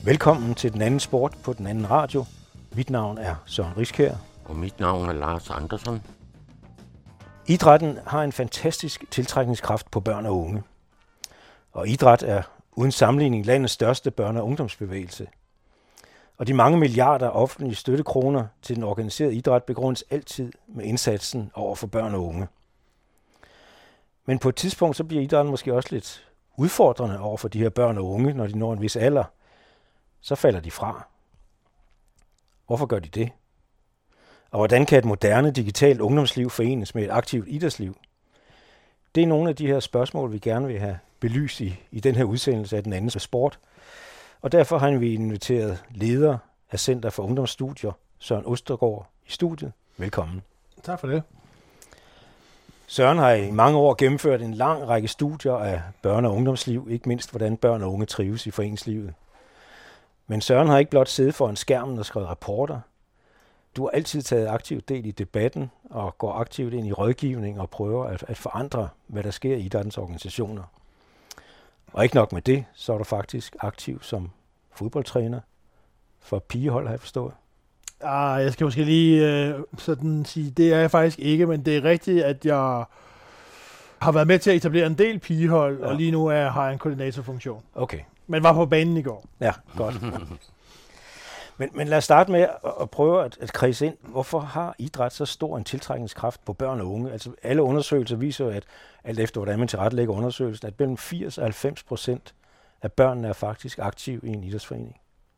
Velkommen til Den Anden Sport på Den Anden Radio. Mit navn er Søren Riskær. Og mit navn er Lars Andersen. Idrætten har en fantastisk tiltrækningskraft på børn og unge. Og idræt er uden sammenligning landets største børne- og ungdomsbevægelse. Og de mange milliarder offentlige støttekroner til den organiserede idræt begrundes altid med indsatsen over for børn og unge. Men på et tidspunkt så bliver idrætten måske også lidt udfordrende over for de her børn og unge, når de når en vis alder. Så falder de fra. Hvorfor gør de det? Og hvordan kan et moderne digitalt ungdomsliv forenes med et aktivt idrætsliv? Det er nogle af de her spørgsmål, vi gerne vil have belyst i den her udsendelse af Den Anden Sport. Og derfor har vi inviteret leder af Center for Ungdomsstudier, Søren Ostergaard, i studiet. Velkommen. Tak for det. Søren har i mange år gennemført en lang række studier af børne- og ungdomsliv, ikke mindst hvordan børn og unge trives i foreningslivet. Men Søren har ikke blot siddet foran skærmen og skrevet rapporter. Du har altid taget aktivt del i debatten og går aktivt ind i rådgivning og prøver at forandre, hvad der sker i idrættens organisationer. Og ikke nok med det, så er du faktisk aktiv som fodboldtræner for pigehold, har jeg forstået. Jeg skal måske lige sådan sige, det er jeg faktisk ikke, men det er rigtigt, at jeg har været med til at etablere en del pigehold, ja. Og lige nu har jeg en koordinatorfunktion. Okay. Men var på banen i går. Ja, godt. Men lad os starte med at prøve at kredse ind. Hvorfor har idræt så stor en tiltrækningskraft på børn og unge? Altså alle undersøgelser viser at alt efter hvordan man tilrettelægger undersøgelsen, at mellem 80 og 90% af børnene er faktisk aktive i en idrætsforening.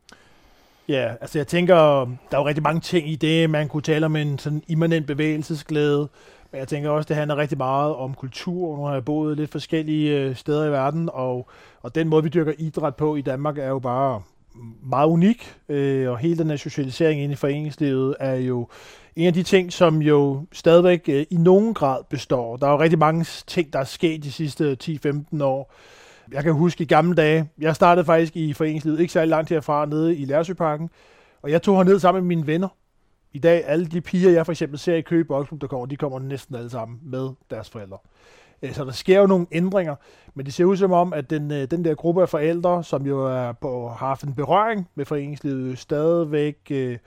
Ja, altså jeg tænker, der er jo rigtig mange ting i det. Man kunne tale om en sådan immanent bevægelsesglæde. Men jeg tænker også, det handler rigtig meget om kultur. Nu har jeg boet lidt forskellige steder i verden, og den måde, vi dyrker idræt på i Danmark, er jo bare meget unik. Og hele den her socialisering inde i foreningslivet er jo en af de ting, som jo stadigvæk i nogen grad består. Der er jo rigtig mange ting, der er sket de sidste 10-15 år. Jeg kan huske i gamle dage, jeg startede faktisk i foreningslivet ikke særlig langt herfra nede i Lærsøparken, og jeg tog herned sammen med mine venner. I dag, alle de piger, jeg for eksempel ser i Køge Boldklub, de kommer næsten alle sammen med deres forældre. Så der sker jo nogle ændringer, men det ser ud som om, at den der gruppe af forældre, som jo har haft en berøring med foreningslivet, stadigvæk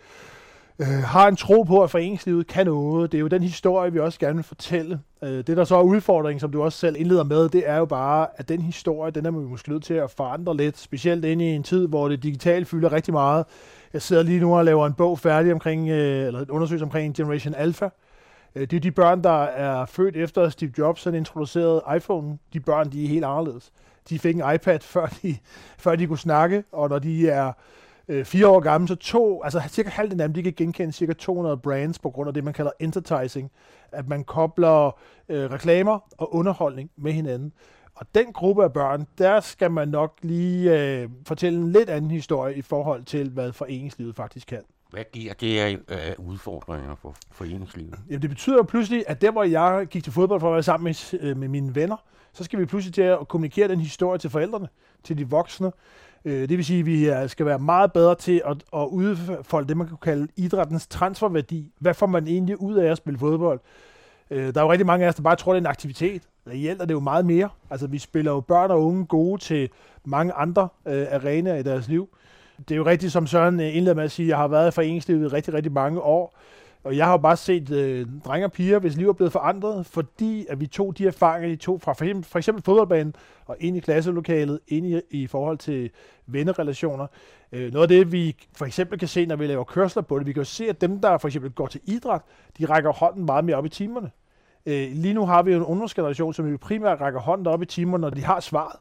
har en tro på, at foreningslivet kan noget. Det er jo den historie, vi også gerne vil fortælle. Det, der så er udfordringen, som du også selv indleder med, det er jo bare, at den historie, den er man måske nødt til at forandre lidt, specielt inde i en tid, hvor det digitale fylder rigtig meget. Jeg sidder lige nu og laver en bog færdig omkring, eller en undersøgelse omkring Generation Alpha. Det er de børn, der er født efter Steve Jobs, han introducerede iPhone. De børn, de er helt anderledes. De fik en iPad, før de kunne snakke, og når de er 4 år gamle, så cirka halvdelen af dem, de kan genkende cirka 200 brands på grund af det, man kalder entertising. At man kobler reklamer og underholdning med hinanden. Og den gruppe af børn, der skal man nok lige fortælle en lidt anden historie i forhold til, hvad foreningslivet faktisk kan. Hvad giver det af udfordringer for foreningslivet? Jamen, det betyder jo pludselig, at der, hvor jeg gik til fodbold for at være sammen med mine venner, så skal vi pludselig til at kommunikere den historie til forældrene, til de voksne. Det vil sige, at vi skal være meget bedre til at udfolde det, man kan kalde idrættens transferværdi. Hvad får man egentlig ud af at spille fodbold? Der er jo rigtig mange af os, der bare tror, det er en aktivitet. Reelt er det jo meget mere. Altså, vi spiller jo børn og unge gode til mange andre arenaer i deres liv. Det er jo rigtigt, som Søren indleder med at sige, at jeg har været i foreningslivet i rigtig, rigtig mange år. Og jeg har jo bare set drenge og piger, hvis liv er blevet forandret, fordi at vi tog de erfaringer, de tog fra for eksempel fodboldbanen og ind i klasselokalet, ind i forhold til vennerelationer. Noget af det, vi for eksempel kan se, når vi laver kørsler på det, vi kan jo se, at dem, der for eksempel går til idræt, de rækker hånden meget mere op i timerne. Lige nu har vi jo en ungdomsgeneration, som jo primært rækker hånden op i timerne, når de har svaret.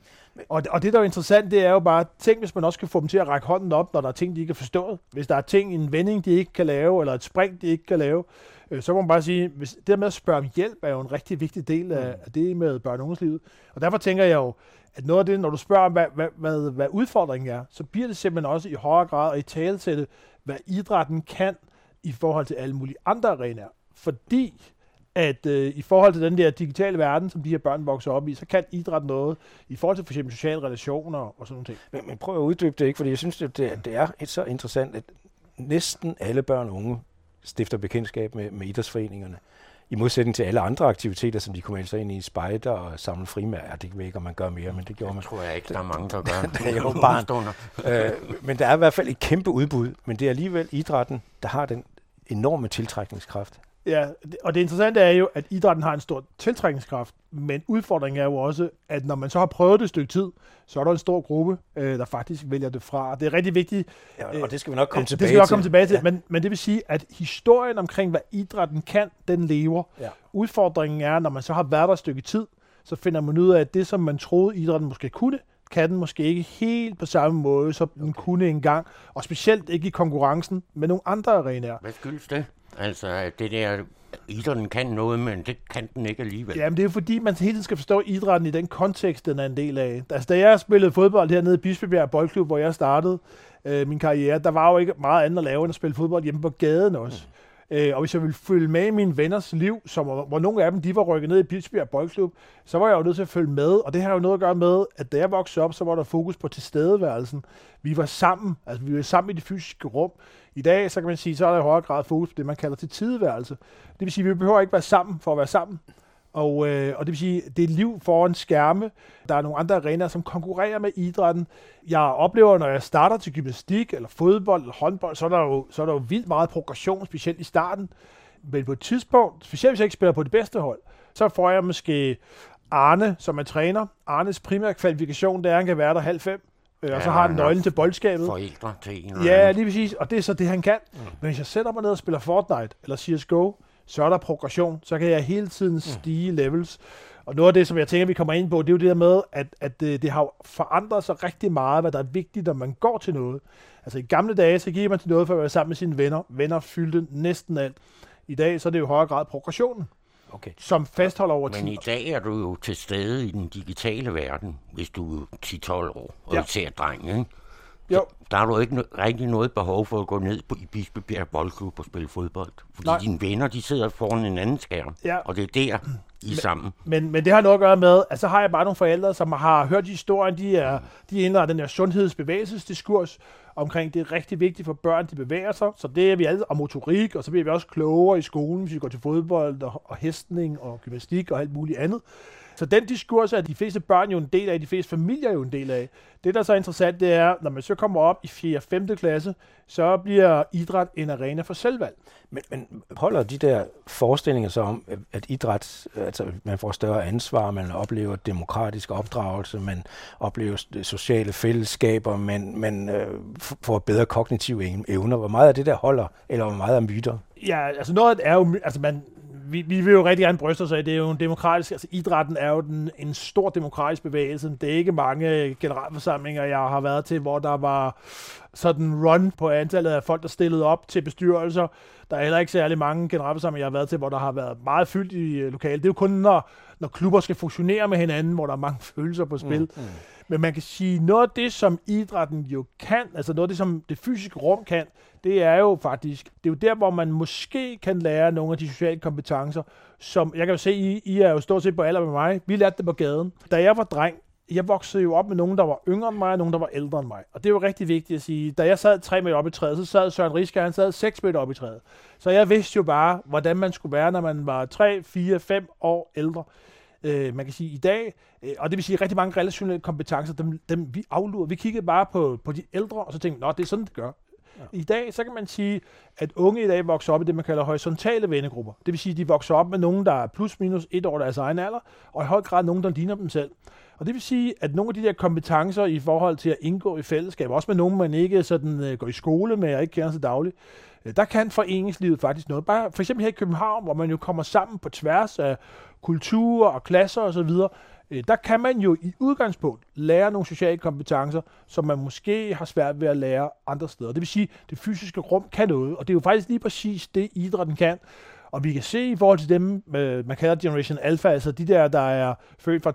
Og det, der er interessant, det er jo bare, tænk, hvis man også kan få dem til at række hånden op, når der er ting, de ikke har forstået. Hvis der er ting, en vending, de ikke kan lave, eller et spring, de ikke kan lave, så må man bare sige, hvis det med at spørge om hjælp er jo en rigtig vigtig del af det med børne- og ungdomslivet. Og derfor tænker jeg jo, at noget af det, når du spørger om, hvad udfordringen er, så bliver det simpelthen også i højere grad at italesætte, hvad idrætten kan i forhold til alle mulige andre arenaer. Fordi at i forhold til den der digitale verden, som de her børn vokser op i, så kan idræt noget i forhold til for eksempel sociale relationer og sådan noget. Men prøv at uddybe det, ikke? Fordi jeg synes, det er så interessant, at næsten alle børn og unge stifter bekendtskab med idrætsforeningerne. i modsætning til alle andre aktiviteter, som de kunne melde sig ind i spejder og samle frimærker. Det ved jeg ikke, om man gør mere, men det gjorde man. Det tror jeg ikke, der er mange, der gør. Det er jo barn. Men der er i hvert fald et kæmpe udbud, men det er alligevel idrætten, der har den enorme tiltrækningskraft. Ja, og det interessante er jo, at idrætten har en stor tiltrækningskraft, men udfordringen er jo også, at når man så har prøvet det et stykke tid, så er der en stor gruppe, der faktisk vælger det fra. Det er rigtig vigtigt. Ja, og det skal vi nok komme tilbage til. Det skal vi nok komme tilbage til, ja. Men det vil sige, at historien omkring, hvad idrætten kan, den lever. Ja. Udfordringen er, når man så har været der et stykke tid, så finder man ud af, at det, som man troede, idrætten måske kunne, kan den måske ikke helt på samme måde, som den kunne engang, og specielt ikke i konkurrencen med nogle andre arenaer. Hvad skyldes det? Altså, det der, idrætten kan noget, men det kan den ikke alligevel. Jamen, det er jo fordi, man hele tiden skal forstå idrætten i den kontekst, den er en del af. Altså, da jeg spillede fodbold hernede i Bispebjerg Boldklub, hvor jeg startede min karriere, der var jo ikke meget andet at lave, end at spille fodbold hjemme på gaden også. Og hvis jeg ville følge med i mine venners liv, hvor nogle af dem de var rykket ned i Bispebjerg Boldklub, så var jeg jo nødt til at følge med. Og det har jo noget at gøre med, at da jeg voksede op, så var der fokus på tilstedeværelsen. Vi var sammen, altså vi var sammen i det fysiske rum. I dag, så kan man sige, så er der i højere grad fokus på det, man kalder til tideværelse. Det vil sige, at vi behøver ikke være sammen for at være sammen. Og det vil sige, det er et liv foran skærme. Der er nogle andre arenaer, som konkurrerer med idrætten. Jeg oplever, når jeg starter til gymnastik, eller fodbold, eller håndbold, så er der jo vildt meget progression, specielt i starten. Men på et tidspunkt, specielt hvis jeg ikke spiller på det bedste hold, så får jeg måske Arne, som er træner. Arnes primære kvalifikation, det er, at han kan være der 4:30. Og så har han nøglen til boldskabet. Forældre til en Ja, lige præcis. Og det er så det, han kan. Men hvis jeg sætter mig ned og spiller Fortnite eller CSGO, så er der progression. Så kan jeg hele tiden stige levels. Og noget af det, som jeg tænker, vi kommer ind på, det er jo det der med, at det har forandret sig rigtig meget, hvad der er vigtigt, når man går til noget. Altså i gamle dage, så gik man til noget for at være sammen med sine venner. Venner fyldte næsten alt. I dag, så er det jo i højere grad progressionen. Okay. Som fastholder over tid. Men i dag er du jo til stede i den digitale verden, hvis du er 10-12 år, og især dreng, ikke? Jo. Der har du ikke rigtig noget behov for at gå ned i Bispebjerg Boldklub og spille fodbold. Fordi dine venner, de sidder foran en anden skærm, og det er der, I er sammen. Men det har noget at gøre med, at så har jeg bare nogle forældre, som har hørt historien, de er inde af den her sundhedsbevægelsesdiskurs, omkring det er rigtig vigtigt for børn, de bevæger sig. Så det er vi alle, og motorik, og så bliver vi også klogere i skolen, hvis vi går til fodbold og hestning og gymnastik og alt muligt andet. Så den diskurs er de fleste børn jo en del af, de fleste familier jo en del af. Det, der så er interessant, det er, når man så kommer op i 4. og 5. klasse, så bliver idræt en arena for selvvalg. Men holder de der forestillinger så om, at idræt, altså man får større ansvar, man oplever demokratisk opdragelse, man oplever sociale fællesskaber, man får bedre kognitive evner. Hvor meget af det der holder, eller hvor meget af myter? Ja, altså noget er jo, altså vi vil jo rigtig gerne bryste os af, det er jo en demokratisk, altså idrætten er jo en stor demokratisk bevægelse. Det er ikke mange generalforsamlinger, jeg har været til, hvor der var sådan run på antallet af folk, der stillede op til bestyrelser. Der er heller ikke særlig mange generalforsamlinger, jeg har været til, hvor der har været meget fyldt i lokalet. Det er jo kun, når klubber skal fusionere med hinanden, hvor der er mange følelser på spil. Men man kan sige, noget af det, som idrætten jo kan, altså noget af det, som det fysiske rum kan, det er jo faktisk, det er jo der, hvor man måske kan lære nogle af de sociale kompetencer, som, jeg kan jo se, I er jo stort set på alder med mig, vi lærte det på gaden. Da jeg var dreng, jeg voksede jo op med nogen, der var yngre end mig, og nogen, der var ældre end mig. Og det er jo rigtig vigtigt at sige, da jeg sad 3 meter op i træet, så sad Søren Riskær, han sad 6 meter op i træet. Så jeg vidste jo bare, hvordan man skulle være, når man var 3, 4, 5 år ældre. Man kan sige i dag, og det vil sige rigtig mange relationelle kompetencer, dem vi aflurer. Vi kiggede bare på de ældre, og så tænkte, det er sådan, det gør. Ja. I dag, så kan man sige, at unge i dag vokser op i det, man kalder horisontale vennegrupper. Det vil sige, at de vokser op med nogen, der er plus minus 1 år deres egen alder, og i høj grad nogen, der ligner dem selv. Og det vil sige, at nogle af de der kompetencer i forhold til at indgå i fællesskab, også med nogen, man ikke sådan går i skole med og ikke kender sig dagligt, der kan foreningslivet faktisk noget. Bare for eksempel her i København, hvor man jo kommer sammen på tværs af kulturer og klasser osv., der kan man jo i udgangspunkt lære nogle sociale kompetencer, som man måske har svært ved at lære andre steder. Det vil sige, at det fysiske rum kan noget, og det er jo faktisk lige præcis det, idrætten kan. Og vi kan se i forhold til dem, man kalder Generation Alpha, altså de der er født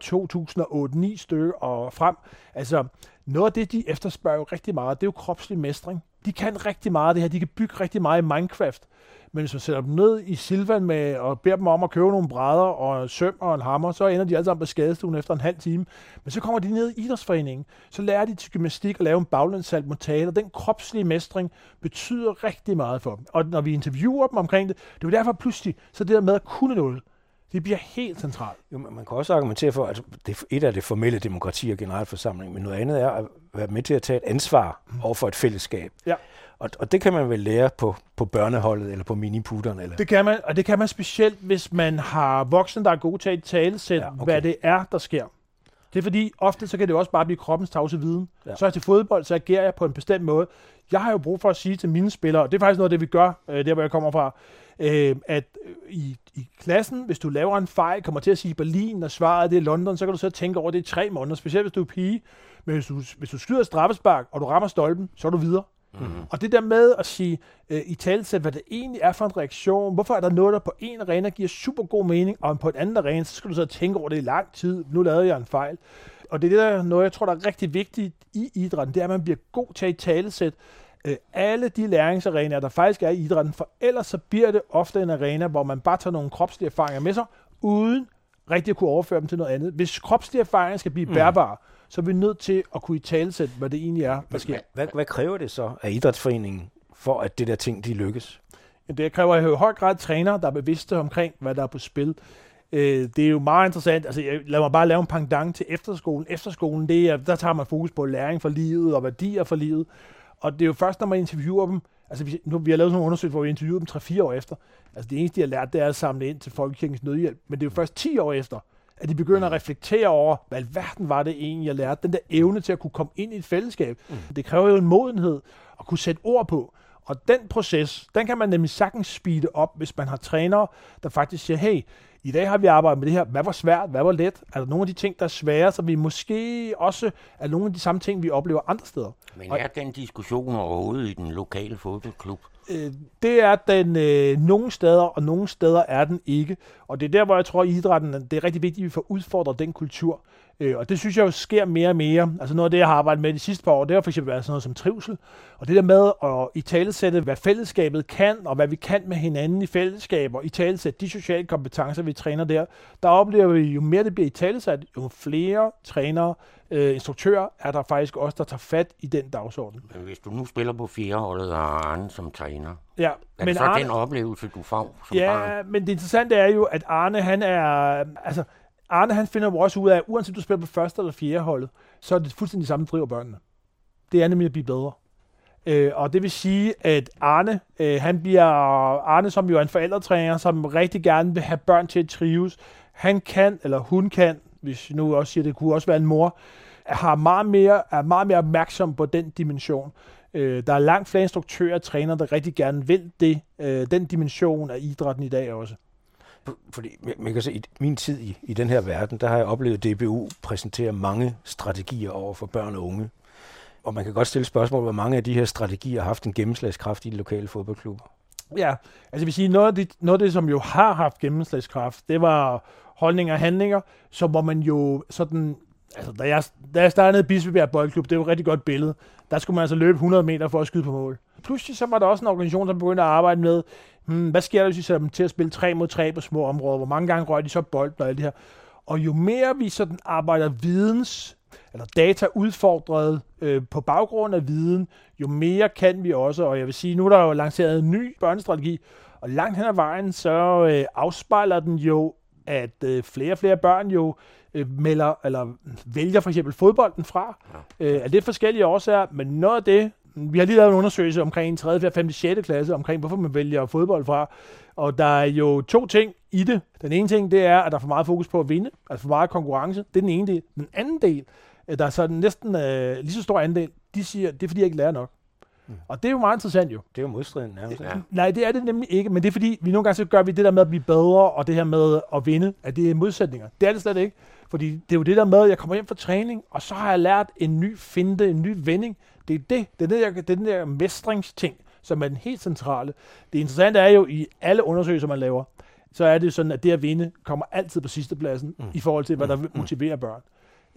fra 2008-9 stykker og frem, altså noget af det, de efterspørger jo rigtig meget, det er jo kropslig mestring. de kan rigtig meget af det her. De kan bygge rigtig meget i Minecraft. Men hvis man sætter dem ned i Silvan med og beder dem om at købe nogle brædder og søm og en hammer, så ender de alle sammen på skadestuen efter en halv time. Men så kommer de ned i idrætsforeningen, så lærer de til gymnastik at lave en baglændssalt mortal, og den kropslige mestring betyder rigtig meget for dem. Og når vi interviewer dem omkring det, det er jo derfor pludselig, så det der med at kunne noget, det bliver helt centralt. Jo, man kan også argumentere for, at et af det formelle demokrati og generalforsamling, men noget andet er at være med til at tage et ansvar over for et fællesskab. Ja. Og det kan man vel lære på børneholdet eller på miniputterne? Eller? Det kan man, og det kan man specielt, hvis man har voksne, der er gode til at talesætte, hvad det er, der sker. Det er fordi, ofte så kan det også bare blive kroppens tavse viden. Ja. Så er jeg til fodbold, så agerer jeg på en bestemt måde. Jeg har jo brug for at sige til mine spillere, og det er faktisk noget af det, vi gør, der hvor jeg kommer fra, at i klassen, hvis du laver en fejl, kommer til at sige Berlin, og svaret det er London, så kan du så tænke over det i 3 måneder, specielt hvis du er pige. Men hvis du skyder et straffespark, og du rammer stolpen, så er du videre. Mm-hmm. Og det der med at sige i talesæt, hvad det egentlig er for en reaktion, hvorfor er der noget, der på en arena giver super god mening, og på en anden arena, så skal du så tænke over det i lang tid. Nu lavede jeg en fejl. Og det er noget, jeg tror, der er rigtig vigtigt i idrætten, det er, at man bliver god til at talesæt alle de læringsarenaer, der faktisk er i idrætten, for ellers så bliver det ofte en arena, hvor man bare tager nogle kropslige erfaringer med sig, uden rigtig at kunne overføre dem til noget andet. Hvis kropslige erfaringer skal blive bærbare, så er vi nødt til at kunne italesætte, hvad det egentlig er, der sker. Hvad kræver det så af idrætsforeningen, for at det der ting, de lykkes? Det kræver i høj grad trænere, der er bevidste omkring, hvad der er på spil. Det er jo meget interessant. Altså, lad mig bare lave en pendant til efterskolen. Efterskolen, der tager man fokus på læring for livet og værdier for livet. Og det er jo først, når man interviewer dem, altså vi har lavet sådan nogle undersøgelser, hvor vi interviewer dem 3-4 år efter. Altså det eneste, de har lært, det er at samle ind til Folkekirkens Nødhjælp. Men det er jo først 10 år efter, at de begynder at reflektere over, hvad alverden var det egentlig, jeg lærte. Den der evne til at kunne komme ind i et fællesskab. Det kræver jo en modenhed at kunne sætte ord på. Og den proces, den kan man nemlig sagtens speede op, hvis man har trænere, der faktisk siger, hey, i dag har vi arbejdet med det her. Hvad var svært? Hvad var let? Er der nogle af de ting, der er svære, så vi måske også er nogle af de samme ting, vi oplever andre steder? Men er den diskussion overhovedet i den lokale fodboldklub? Det er den nogle steder, og nogle steder er den ikke. Og det er der, hvor jeg tror, at idrætten, det er rigtig vigtigt, at vi får udfordret den kultur. Og det synes jeg jo sker mere og mere. Altså noget af det, jeg har arbejdet med de sidste par år, det har for eksempel været sådan noget som trivsel. Og det der med at italesætte, hvad fællesskabet kan, og hvad vi kan med hinanden i fællesskaber, italesætte de sociale kompetencer, vi træner der oplever vi, jo mere det bliver italesat, jo flere trænere, instruktører er der faktisk også, der tager fat i den dagsorden. Men hvis du nu spiller på 4-holdet og Arne som træner, ja, er det så Arne, den oplevelse, du får som barn? Ja, men det interessante er jo, at Arne, han finder jo også ud af, at uanset du spiller på 1. eller 4. holdet, så er det fuldstændig samme, driver børnene. Det er nemlig at blive bedre. Og det vil sige, at Arne, som jo er en forældretræner, som rigtig gerne vil have børn til at trives, han kan, eller hun kan, hvis nu også siger, det kunne også være en mor, er meget mere opmærksom på den dimension. Der er langt flere instruktører og trænere, der rigtig gerne vil den dimension af idrætten i dag også. Fordi man kan se, i min tid i den her verden, der har jeg oplevet DBU præsentere mange strategier over for børn og unge. Og man kan godt stille spørgsmål, hvor mange af de her strategier har haft en gennemslagskraft i de lokale fodboldklubber. Ja, altså jeg vil sige, noget af det, som jo har haft gennemslagskraft, det var holdninger og handlinger, så hvor man jo sådan, altså da jeg startede Bispebjerg Boldklub, det er jo et rigtig godt billede, der skulle man altså løbe 100 meter for at skyde på mål. Pludselig så var der også en organisation, der begyndte at arbejde med, hvad sker der, hvis vi sætter dem til at spille 3 mod 3 på små områder, hvor mange gange rører de så bolden og alt det her. Og jo mere vi sådan arbejder eller data udfordret på baggrund af viden, jo mere kan vi også, og jeg vil sige, nu er der jo lanceret en ny børnestrategi, og langt hen ad vejen, så afspejler den jo, at flere og flere børn jo vælger for eksempel fodbolden fra. Er det forskellige årsager, men noget af det, vi har lige lavet en undersøgelse omkring 3., 4., 5., 6. klasse, omkring hvorfor man vælger fodbold fra, og der er jo 2 ting i det. Den ene ting, det er, at der er for meget fokus på at vinde, altså for meget konkurrence. Det er den ene del. Den anden del, der er så næsten lige så stor andel, de siger, det er fordi, jeg ikke lærer nok. Og det er jo meget interessant jo. Det er jo modstridende nærmest. Ja. Nej, det er det nemlig ikke, men det er fordi, vi nogle gange så gør vi det der med at blive bedre, og det her med at vinde, at det er modsætninger. Det er det slet ikke, fordi det er jo det der med, at jeg kommer hjem fra træning, og så har jeg lært en ny finte, en ny vending. Det er den der mestringsting, som er den helt centrale. Det interessante er jo, i alle undersøgelser, man laver, så er det sådan, at det at vinde kommer altid på sidstepladsen, i forhold til, hvad der motiverer børn.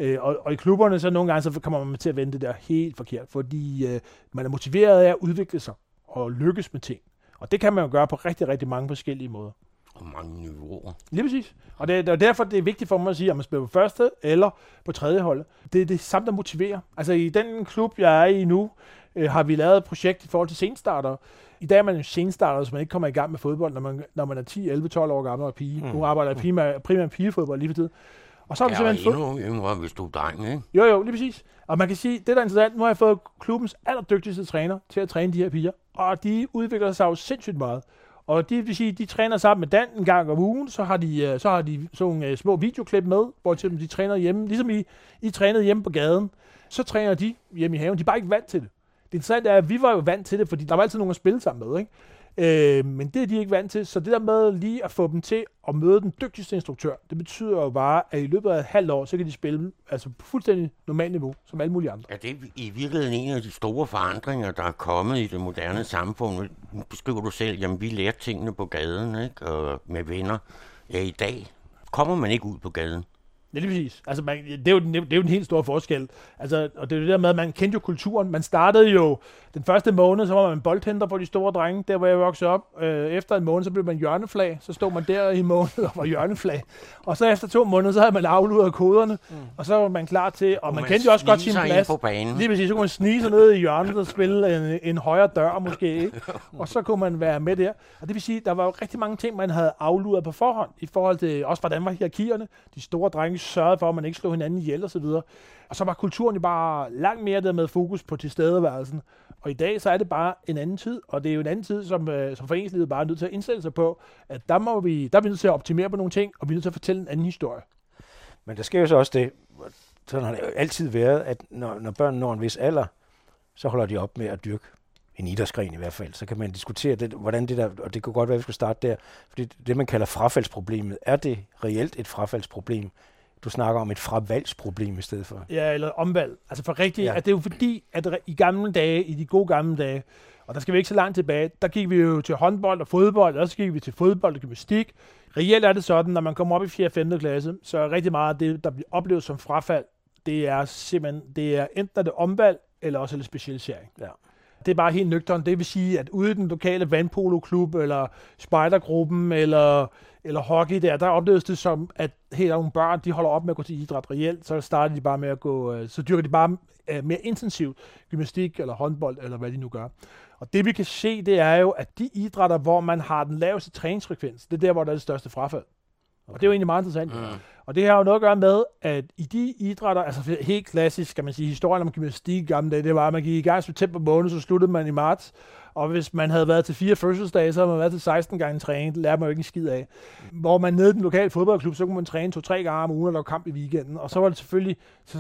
Og i klubberne, så nogle gange, så kommer man til at vende det der helt forkert, fordi man er motiveret af at udvikle sig og lykkes med ting. Og det kan man jo gøre på rigtig, rigtig mange forskellige måder. Og mange niveauer. Lige præcis. Og det er derfor, det er vigtigt for mig at sige, om man spiller på første eller på tredje hold. Det er det samme, der motiverer. Altså i den klub, jeg er i nu, har vi lavet et projekt i forhold til senstartere. I dag er man jo senstarter, så man ikke kommer i gang med fodbold, når man er 10, 11, 12 år gammel og pige. Nu arbejder jeg primært pigefodbold lige for tid. Og så har vi simpelthen endnu yngre, hvis du er dreng, ikke? Jo, lige præcis. Og man kan sige, det der er interessant, nu har jeg fået klubbens allerdygtigste træner til at træne de her piger. Og de udvikler sig jo sindssygt meget. Og det vil sige, de træner sammen med Dan en gang om ugen, så har de sådan nogle små videoklip med, hvor de træner hjemme. Ligesom I trænede hjemme på gaden, så træner de hjemme i haven. De er bare ikke vant til det. Det interessante er, at vi var jo vant til det, fordi der var altid nogen at spille sammen med, ikke? Men det er de ikke vant til. Så det der med lige at få dem til at møde den dygtigste instruktør, det betyder jo bare, at i løbet af et halvt år, så kan de spille altså på fuldstændig normalt niveau, som alle mulige andre. Ja, det er i virkeligheden en af de store forandringer, der er kommet i det moderne samfund. Nu beskriver du selv, jamen vi lærte tingene på gaden, ikke? Og med venner. Ja, i dag kommer man ikke ud på gaden. Ja, lige præcis. Altså, det er jo en helt stor forskel. Altså, og det er jo det der med, at man kendte jo kulturen. Man startede jo den første måned, så var man boldhenter på de store drenge, der hvor jeg voksede op. Efter en måned, så blev man hjørneflag. Så stod man der i en måned og var hjørneflag. Og så efter 2 måneder, så havde man afludret koderne. Og så var man klar til, og man kendte jo også godt sin plads. Lige præcis, så kunne man snige sig ned i hjørnet og spille en højre dør måske. Ikke? Og så kunne man være med der. Og det vil sige, der var jo rigtig mange ting, man havde afludret på forhånd. I forhold til også, hvordan var hierarkierne. De store drenge sørgede for, at man ikke slog hinanden ihjel og så videre. Og så var kulturen jo bare langt mere der med fokus på tilstedeværelsen. Og i dag, så er det bare en anden tid, og det er jo en anden tid, som foreningslivet bare er nødt til at indstille sig på, at der er vi nødt til at optimere på nogle ting, og vi er nødt til at fortælle en anden historie. Men der sker jo så også det, sådan har det jo altid været, at når børn når en vis alder, så holder de op med at dyrke en idrætsgren i hvert fald. Så kan man diskutere det, hvordan det der, og det kunne godt være, at vi skulle starte der, fordi det, man kalder frafaldsproblemet, er det reelt et frafaldsproblem? Du snakker om et fravalgsproblem i stedet for. Ja, eller omvalg. Altså for rigtigt, at det er jo fordi, at i gamle dage, i de gode gamle dage, og der skal vi ikke så langt tilbage, der gik vi jo til håndbold og fodbold, og så gik vi til fodbold og gymnastik. Reelt er det sådan, når man kommer op i 4. og 5. klasse, så er rigtig meget af det, der bliver oplevet som frafald, det er simpelthen, det er enten det omvalg, eller også lidt specialisering. Ja. Det er bare helt nøgternt. Det vil sige, at ude i den lokale vandpoloklub, eller spejdergruppen, eller hockey der opleves det som, at helt nogle børn, de holder op med at gå til idræt reelt, så starter de bare med at gå, så dyrker de bare mere intensivt gymnastik, eller håndbold, eller hvad de nu gør. Og det vi kan se, det er jo, at de idrætter, hvor man har den laveste træningsfrekvens, det er der, hvor der er det største frafald. Okay. Og det er jo egentlig meget interessant. Og det har jo noget at gøre med, at i de idrætter, altså helt klassisk, kan man sige, historien om gymnastik i gamle dage, det var, at man gik i gang i september måned, så sluttede man i marts. Og hvis man havde været til 4 fødselsdage, så havde man været til 16 gange træning. Det lærte man jo ikke en skid af. Hvor man nede i den lokale fodboldklub, så kunne man træne 2-3 gange om ugen, og der var kamp i weekenden. Og så var det selvfølgelig,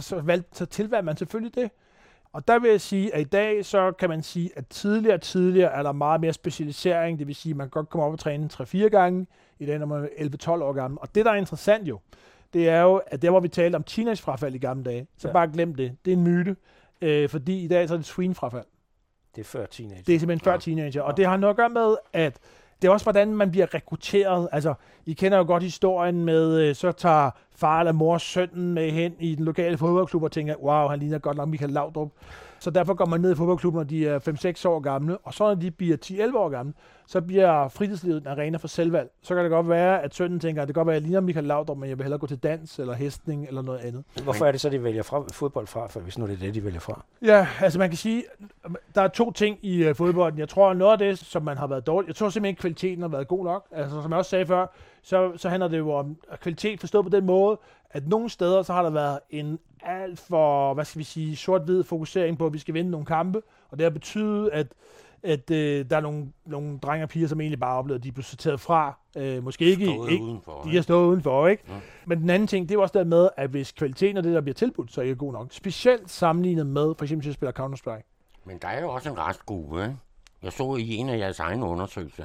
så tilvalgte man selvfølgelig det. Og der vil jeg sige, at i dag, så kan man sige, at tidligere er der meget mere specialisering. Det vil sige, at man godt kommer op og træne 3-4 gange i dag, når man er 11-12 år gammel. Og det, der er interessant jo, det er jo, at der hvor vi talte om teenagefrafald i gamle dage, så bare glem det. Det er en myte, fordi i dag så er det tween-frafald. Det er før teenager. Det er simpelthen før teenager. Og det har noget at gøre med, at det er også, hvordan man bliver rekrutteret. Altså, I kender jo godt historien med, så tager far eller mor sønnen med hen i den lokale fodboldklub og tænker, wow, han ligner godt nok Michael Laudrup. Så derfor går man ned i fodboldklubben, når de er 5-6 år gamle, og så når de bliver 10-11 år gamle, så bliver fritidslivet en arena for selvvalg. Så kan det godt være, at sønnen tænker, at det kan godt være, at jeg ligner Michael Laudrup, men jeg vil hellere gå til dans eller hestning eller noget andet. Hvorfor er det så, de vælger fodbold fra, for hvis nu det er det, de vælger fra? Ja, altså man kan sige, der er 2 ting i fodbolden. Jeg tror, noget af det, som man har været dårligt, jeg tror simpelthen, at kvaliteten har været god nok. Altså som jeg også sagde før, så handler det jo om kvalitet forstået på den måde, at nogle steder, så har der været en alt for, hvad skal vi sige, sort-hvid fokusering på, at vi skal vinde nogle kampe, og det har betydet, at der er nogle drenge og piger, som egentlig bare oplevede, at de blev sorteret fra. Måske ikke, de har stået udenfor, ikke? Ja. Men den anden ting, det er også der med, at hvis kvaliteten af det, der bliver tilbudt, så er det god nok. Specielt sammenlignet med, for eksempel, at spiller Counter-Strike. Men der er jo også en restgruppe, ikke? Jeg så i en af jeres egne undersøgelser,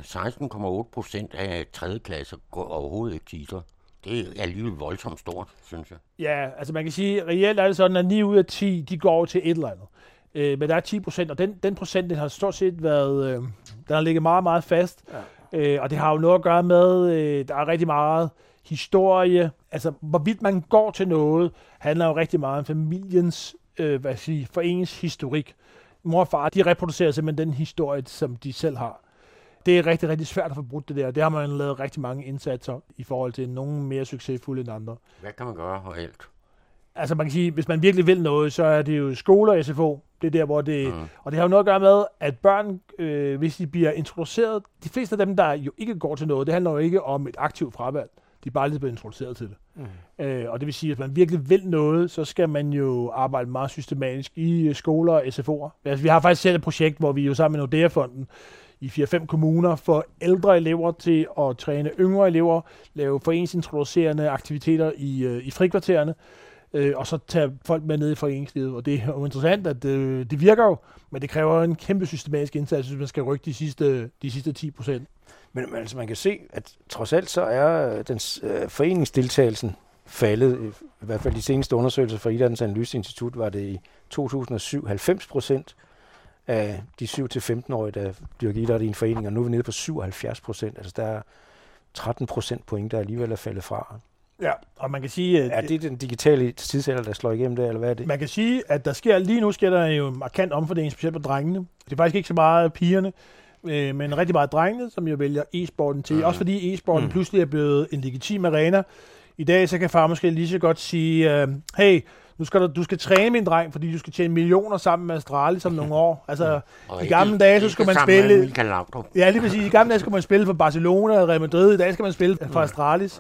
16,8% af 3. klasse går overhovedet ikke til idræt. Det er alligevel voldsomt stort, synes jeg. Ja, altså man kan sige, reelt er det sådan, at 9 ud af 10, de går til et eller andet. Men der er 10%, og den procent, den har stort set været, den har ligget meget, meget fast. Ja. Og det har jo noget at gøre med, der er rigtig meget historie, altså hvorvidt man går til noget, handler jo rigtig meget om familiens foreningshistorik. Mor og far, de reproducerer simpelthen den historie, som de selv har. Det er rigtig, rigtig svært at få brudt det der. Det har man lavet rigtig mange indsatser i forhold til nogle mere succesfulde end andre. Hvad kan man gøre reelt? Altså man kan sige, hvis man virkelig vil noget, så er det jo skoler og SFO. Det er der, hvor det... Og det har jo noget at gøre med, at børn, hvis de bliver introduceret... De fleste af dem, der jo ikke går til noget, det handler jo ikke om et aktivt fravalg. De er bare lidt blevet introduceret til det. Og det vil sige, at hvis man virkelig vil noget, så skal man jo arbejde meget systematisk i skoler og SFO'er. Altså, vi har faktisk selv et projekt, hvor vi jo sammen med Nordea-fonden i 4-5 kommuner får ældre elever til at træne yngre elever, lave foreningsintroducerende aktiviteter i frikvartererne, og så tage folk med ned i foreningslivet. Og det er jo interessant, at det virker jo, men det kræver en kæmpe systematisk indsats, hvis man skal rykke de sidste 10%. Men altså man kan se, at trods alt så er foreningsdeltagelsen faldet. I hvert fald de seneste undersøgelser fra Idrættens Analyseinstitut var det i 2007 90% af de 7-15-årige, der dyrker idræt i en forening, og nu er vi nede på 77%. Altså der er 13% point, der alligevel er faldet fra. Ja, og man kan sige... Er det den digitale tidsalder, der slår igennem der, eller hvad er det? Man kan sige, at lige nu sker der jo markant omfordeling, specielt på drengene. Det er faktisk ikke så meget pigerne, men rigtig meget drengene, som jo vælger e-sporten til. Også fordi e-sporten pludselig er blevet en legitim arena. I dag så kan far måske lige så godt sige, hey, du skal træne min dreng, fordi du skal tjene millioner sammen med Astralis om nogle år. Altså, i gamle dage, så skulle man spille... Ja, lige præcis. I gamle dage skulle man spille for Barcelona og Real Madrid. I dag skal man spille for Astralis.